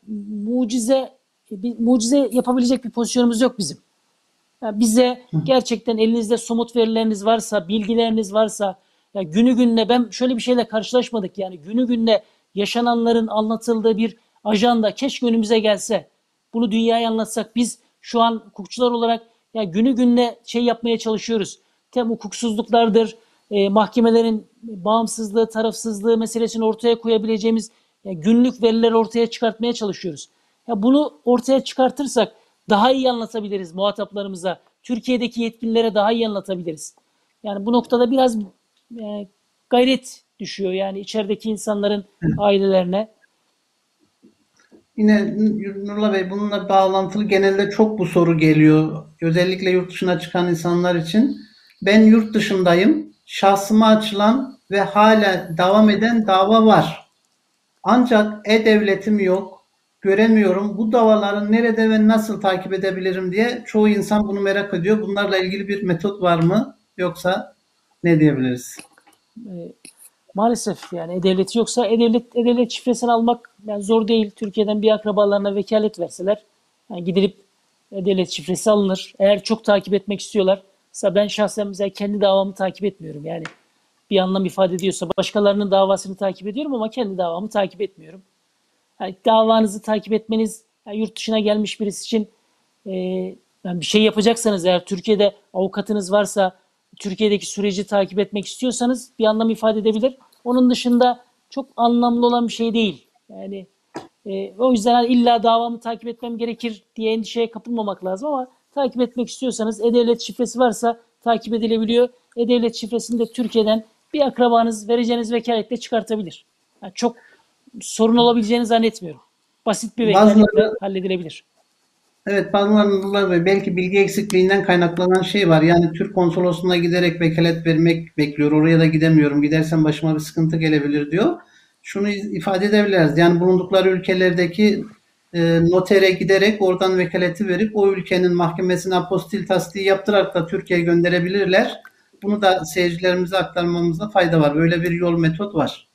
mucize yapabilecek bir pozisyonumuz yok bizim. Ya bize gerçekten elinizde somut verileriniz varsa, bilgileriniz varsa, ya günü gününe, ben şöyle bir şeyle karşılaşmadık, yani günü gününe yaşananların anlatıldığı bir ajanda keşke önümüze gelse. Bunu dünyaya anlatsak. Biz şu an hukukçular olarak ya günü gününe şey yapmaya çalışıyoruz. Tem hukuksuzluklardır, mahkemelerin bağımsızlığı, tarafsızlığı meselesini ortaya koyabileceğimiz günlük verileri ortaya çıkartmaya çalışıyoruz. Ya bunu ortaya çıkartırsak daha iyi anlatabiliriz muhataplarımıza. Türkiye'deki yetkililere daha iyi anlatabiliriz. Yani bu noktada biraz gayret düşüyor yani içerideki insanların ailelerine. Yine Nurullah Bey, bununla bağlantılı genelde çok bu soru geliyor. Özellikle yurt dışına çıkan insanlar için. Ben yurt dışındayım. Şahsıma açılan ve hala devam eden dava var. Ancak e-devletim yok. Göremiyorum. Bu davaları nerede ve nasıl takip edebilirim diye çoğu insan bunu merak ediyor. Bunlarla ilgili bir metot var mı? Yoksa ne diyebiliriz? Maalesef yani e-devleti yoksa e-devlet şifresini almak yani zor değil. Türkiye'den bir akrabalarına vekalet verseler yani gidilip e-devlet şifresi alınır. Eğer çok takip etmek istiyorlar. Mesela ben şahsen mesela kendi davamı takip etmiyorum. Yani bir anlam ifade ediyorsa başkalarının davasını takip ediyorum ama kendi davamı takip etmiyorum. Yani davanızı takip etmeniz, yani yurt dışına gelmiş birisi için e, yani bir şey yapacaksanız, eğer Türkiye'de avukatınız varsa, Türkiye'deki süreci takip etmek istiyorsanız bir anlam ifade edebilir. Onun dışında çok anlamlı olan bir şey değil. Yani o yüzden hani illa davamı takip etmem gerekir diye endişeye kapılmamak lazım ama takip etmek istiyorsanız e-devlet şifresi varsa takip edilebiliyor. E-devlet şifresini de Türkiye'den bir akrabanız vereceğiniz vekaletle çıkartabilir. Yani çok sorun olabileceğini zannetmiyorum. Basit bir vekaletle Bazıları halledilebilir. Evet, bazılarında ve belki bilgi eksikliğinden kaynaklanan şey var. Yani Türk konsolosluğuna giderek vekalet vermek bekliyor. Oraya da gidemiyorum. Gidersem başıma bir sıkıntı gelebilir diyor. Şunu ifade edebiliriz. Yani bulundukları ülkelerdeki notere giderek oradan vekaleti verip o ülkenin mahkemesine apostil tasdiği yaptırarak da Türkiye'ye gönderebilirler. Bunu da seyircilerimize aktarmamızda fayda var. Böyle bir yol metot var.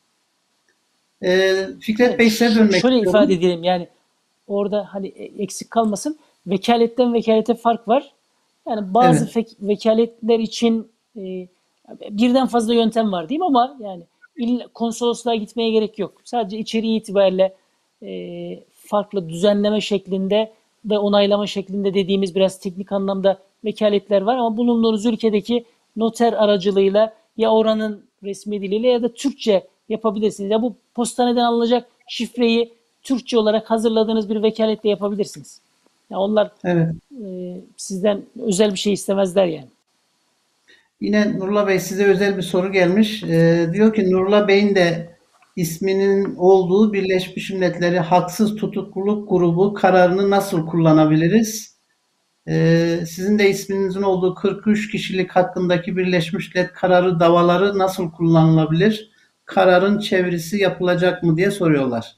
Fikret Bey, size dönmek Şöyle istiyorum. ifade edelim, yani orada hani eksik kalmasın. Vekaletten vekalete fark var. Yani bazı Evet. vekaletler için birden fazla yöntem var değil mi, ama yani konsolosluğa gitmeye gerek yok. Sadece içeriği itibariyle farklı düzenleme şeklinde ve onaylama şeklinde dediğimiz biraz teknik anlamda vekaletler var, ama bulunduğunuz ülkedeki noter aracılığıyla ya oranın resmi diliyle ya da Türkçe yapabilirsiniz. Ya bu postaneden alınacak şifreyi Türkçe olarak hazırladığınız bir vekaletle yapabilirsiniz. Ya onlar Evet. sizden özel bir şey istemezler yani. Yine Nurullah Bey, size özel bir soru gelmiş. Diyor ki Nurullah Bey'in de isminin olduğu Birleşmiş Milletleri Haksız Tutukluluk Grubu kararını nasıl kullanabiliriz? Sizin de isminizin olduğu 43 kişilik hakkındaki Birleşmiş Milletler kararı davaları nasıl kullanılabilir? Kararın çevirisi yapılacak mı diye soruyorlar.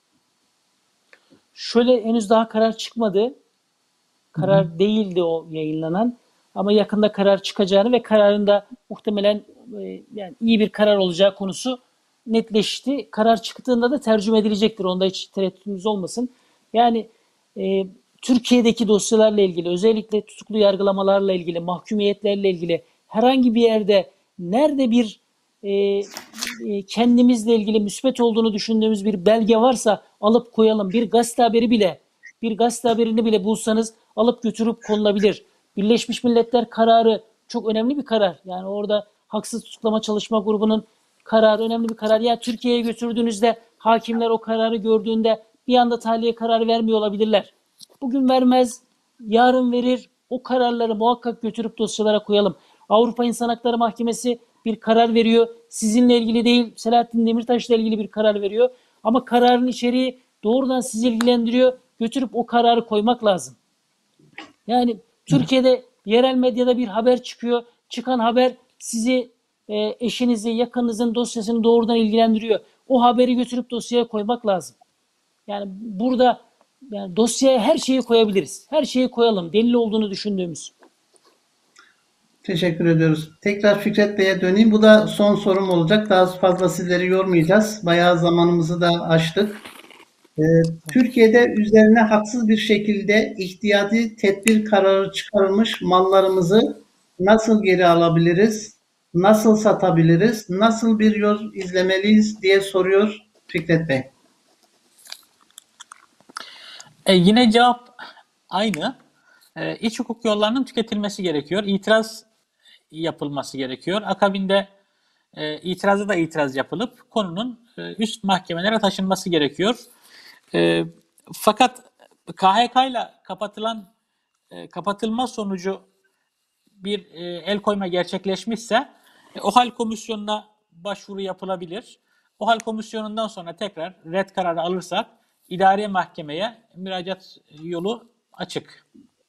Şöyle, henüz daha karar çıkmadı. Karar değildi o yayınlanan. Ama yakında karar çıkacağını ve kararın da muhtemelen yani iyi bir karar olacağı konusu netleşti. Karar çıktığında da tercüme edilecektir. Onda hiç tereddütümüz olmasın. Yani Türkiye'deki dosyalarla ilgili, özellikle tutuklu yargılamalarla ilgili, mahkumiyetlerle ilgili herhangi bir yerde nerede bir kendimizle ilgili müspet olduğunu düşündüğümüz bir belge varsa alıp koyalım. Bir gazete haberini bile bulsanız alıp götürüp konulabilir. Birleşmiş Milletler kararı çok önemli bir karar. Yani orada haksız tutuklama çalışma grubunun kararı önemli bir karar. Ya Türkiye'ye götürdüğünüzde hakimler o kararı gördüğünde bir anda tahliye kararı vermiyor olabilirler. Bugün vermez, yarın verir. O kararları muhakkak götürüp dosyalara koyalım. Avrupa İnsan Hakları Mahkemesi bir karar veriyor. Sizinle ilgili değil, Selahattin Demirtaş'la ilgili bir karar veriyor. Ama kararın içeriği doğrudan sizi ilgilendiriyor. Götürüp o kararı koymak lazım. Yani Türkiye'de yerel medyada bir haber çıkıyor. Çıkan haber sizi, eşinizi, yakınınızın dosyasını doğrudan ilgilendiriyor. O haberi götürüp dosyaya koymak lazım. Yani burada yani dosyaya her şeyi koyabiliriz. Her şeyi koyalım. Delil olduğunu düşündüğümüz. Teşekkür ediyoruz. Tekrar Fikret Bey'e döneyim. Bu da son sorum olacak. Daha fazla sizleri yormayacağız. Bayağı zamanımızı da aştık. Türkiye'de üzerine haksız bir şekilde ihtiyati tedbir kararı çıkarılmış mallarımızı nasıl geri alabiliriz? Nasıl satabiliriz? Nasıl bir yol izlemeliyiz diye soruyor Fikret Bey. Yine cevap aynı. İç hukuk yollarının tüketilmesi gerekiyor. İtiraz yapılması gerekiyor. Akabinde itirazı da itiraz yapılıp konunun üst mahkemelere taşınması gerekiyor. Fakat KHK ile kapatılma sonucu bir el koyma gerçekleşmişse o hal komisyonuna başvuru yapılabilir. O hal komisyonundan sonra tekrar red kararı alırsak idari mahkemeye müracaat yolu açık.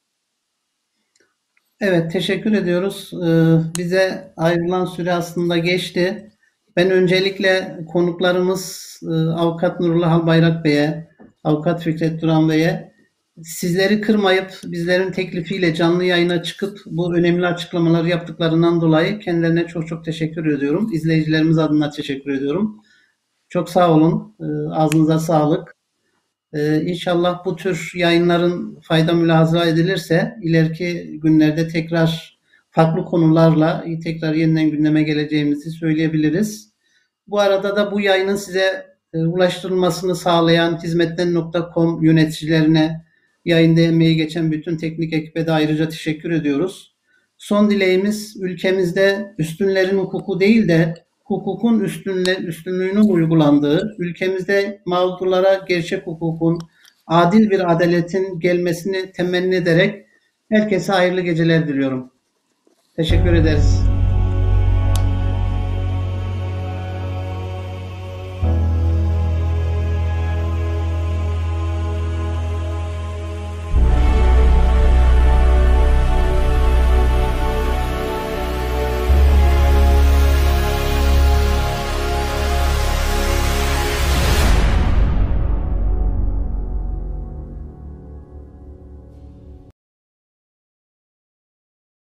Evet, teşekkür ediyoruz. Bize ayrılan süre aslında geçti. Ben öncelikle konuklarımız Avukat Nurullah Albayrak Bey'e, Avukat Fikret Duran Bey'e sizleri kırmayıp bizlerin teklifiyle canlı yayına çıkıp bu önemli açıklamaları yaptıklarından dolayı kendilerine çok çok teşekkür ediyorum. İzleyicilerimiz adına teşekkür ediyorum. Çok sağ olun. Ağzınıza sağlık. İnşallah bu tür yayınların fayda mülahaza edilirse ileriki günlerde tekrar farklı konularla tekrar yeniden gündeme geleceğimizi söyleyebiliriz. Bu arada da bu yayının size ulaştırılmasını sağlayan hizmetten.com yöneticilerine, yayında emeği geçen bütün teknik ekibe de ayrıca teşekkür ediyoruz. Son dileğimiz ülkemizde üstünlerin hukuku değil de hukukun üstünlüğünün uygulandığı, ülkemizde mağdurlara gerçek hukukun, adil bir adaletin gelmesini temenni ederek herkese hayırlı geceler diliyorum. Teşekkür ederiz.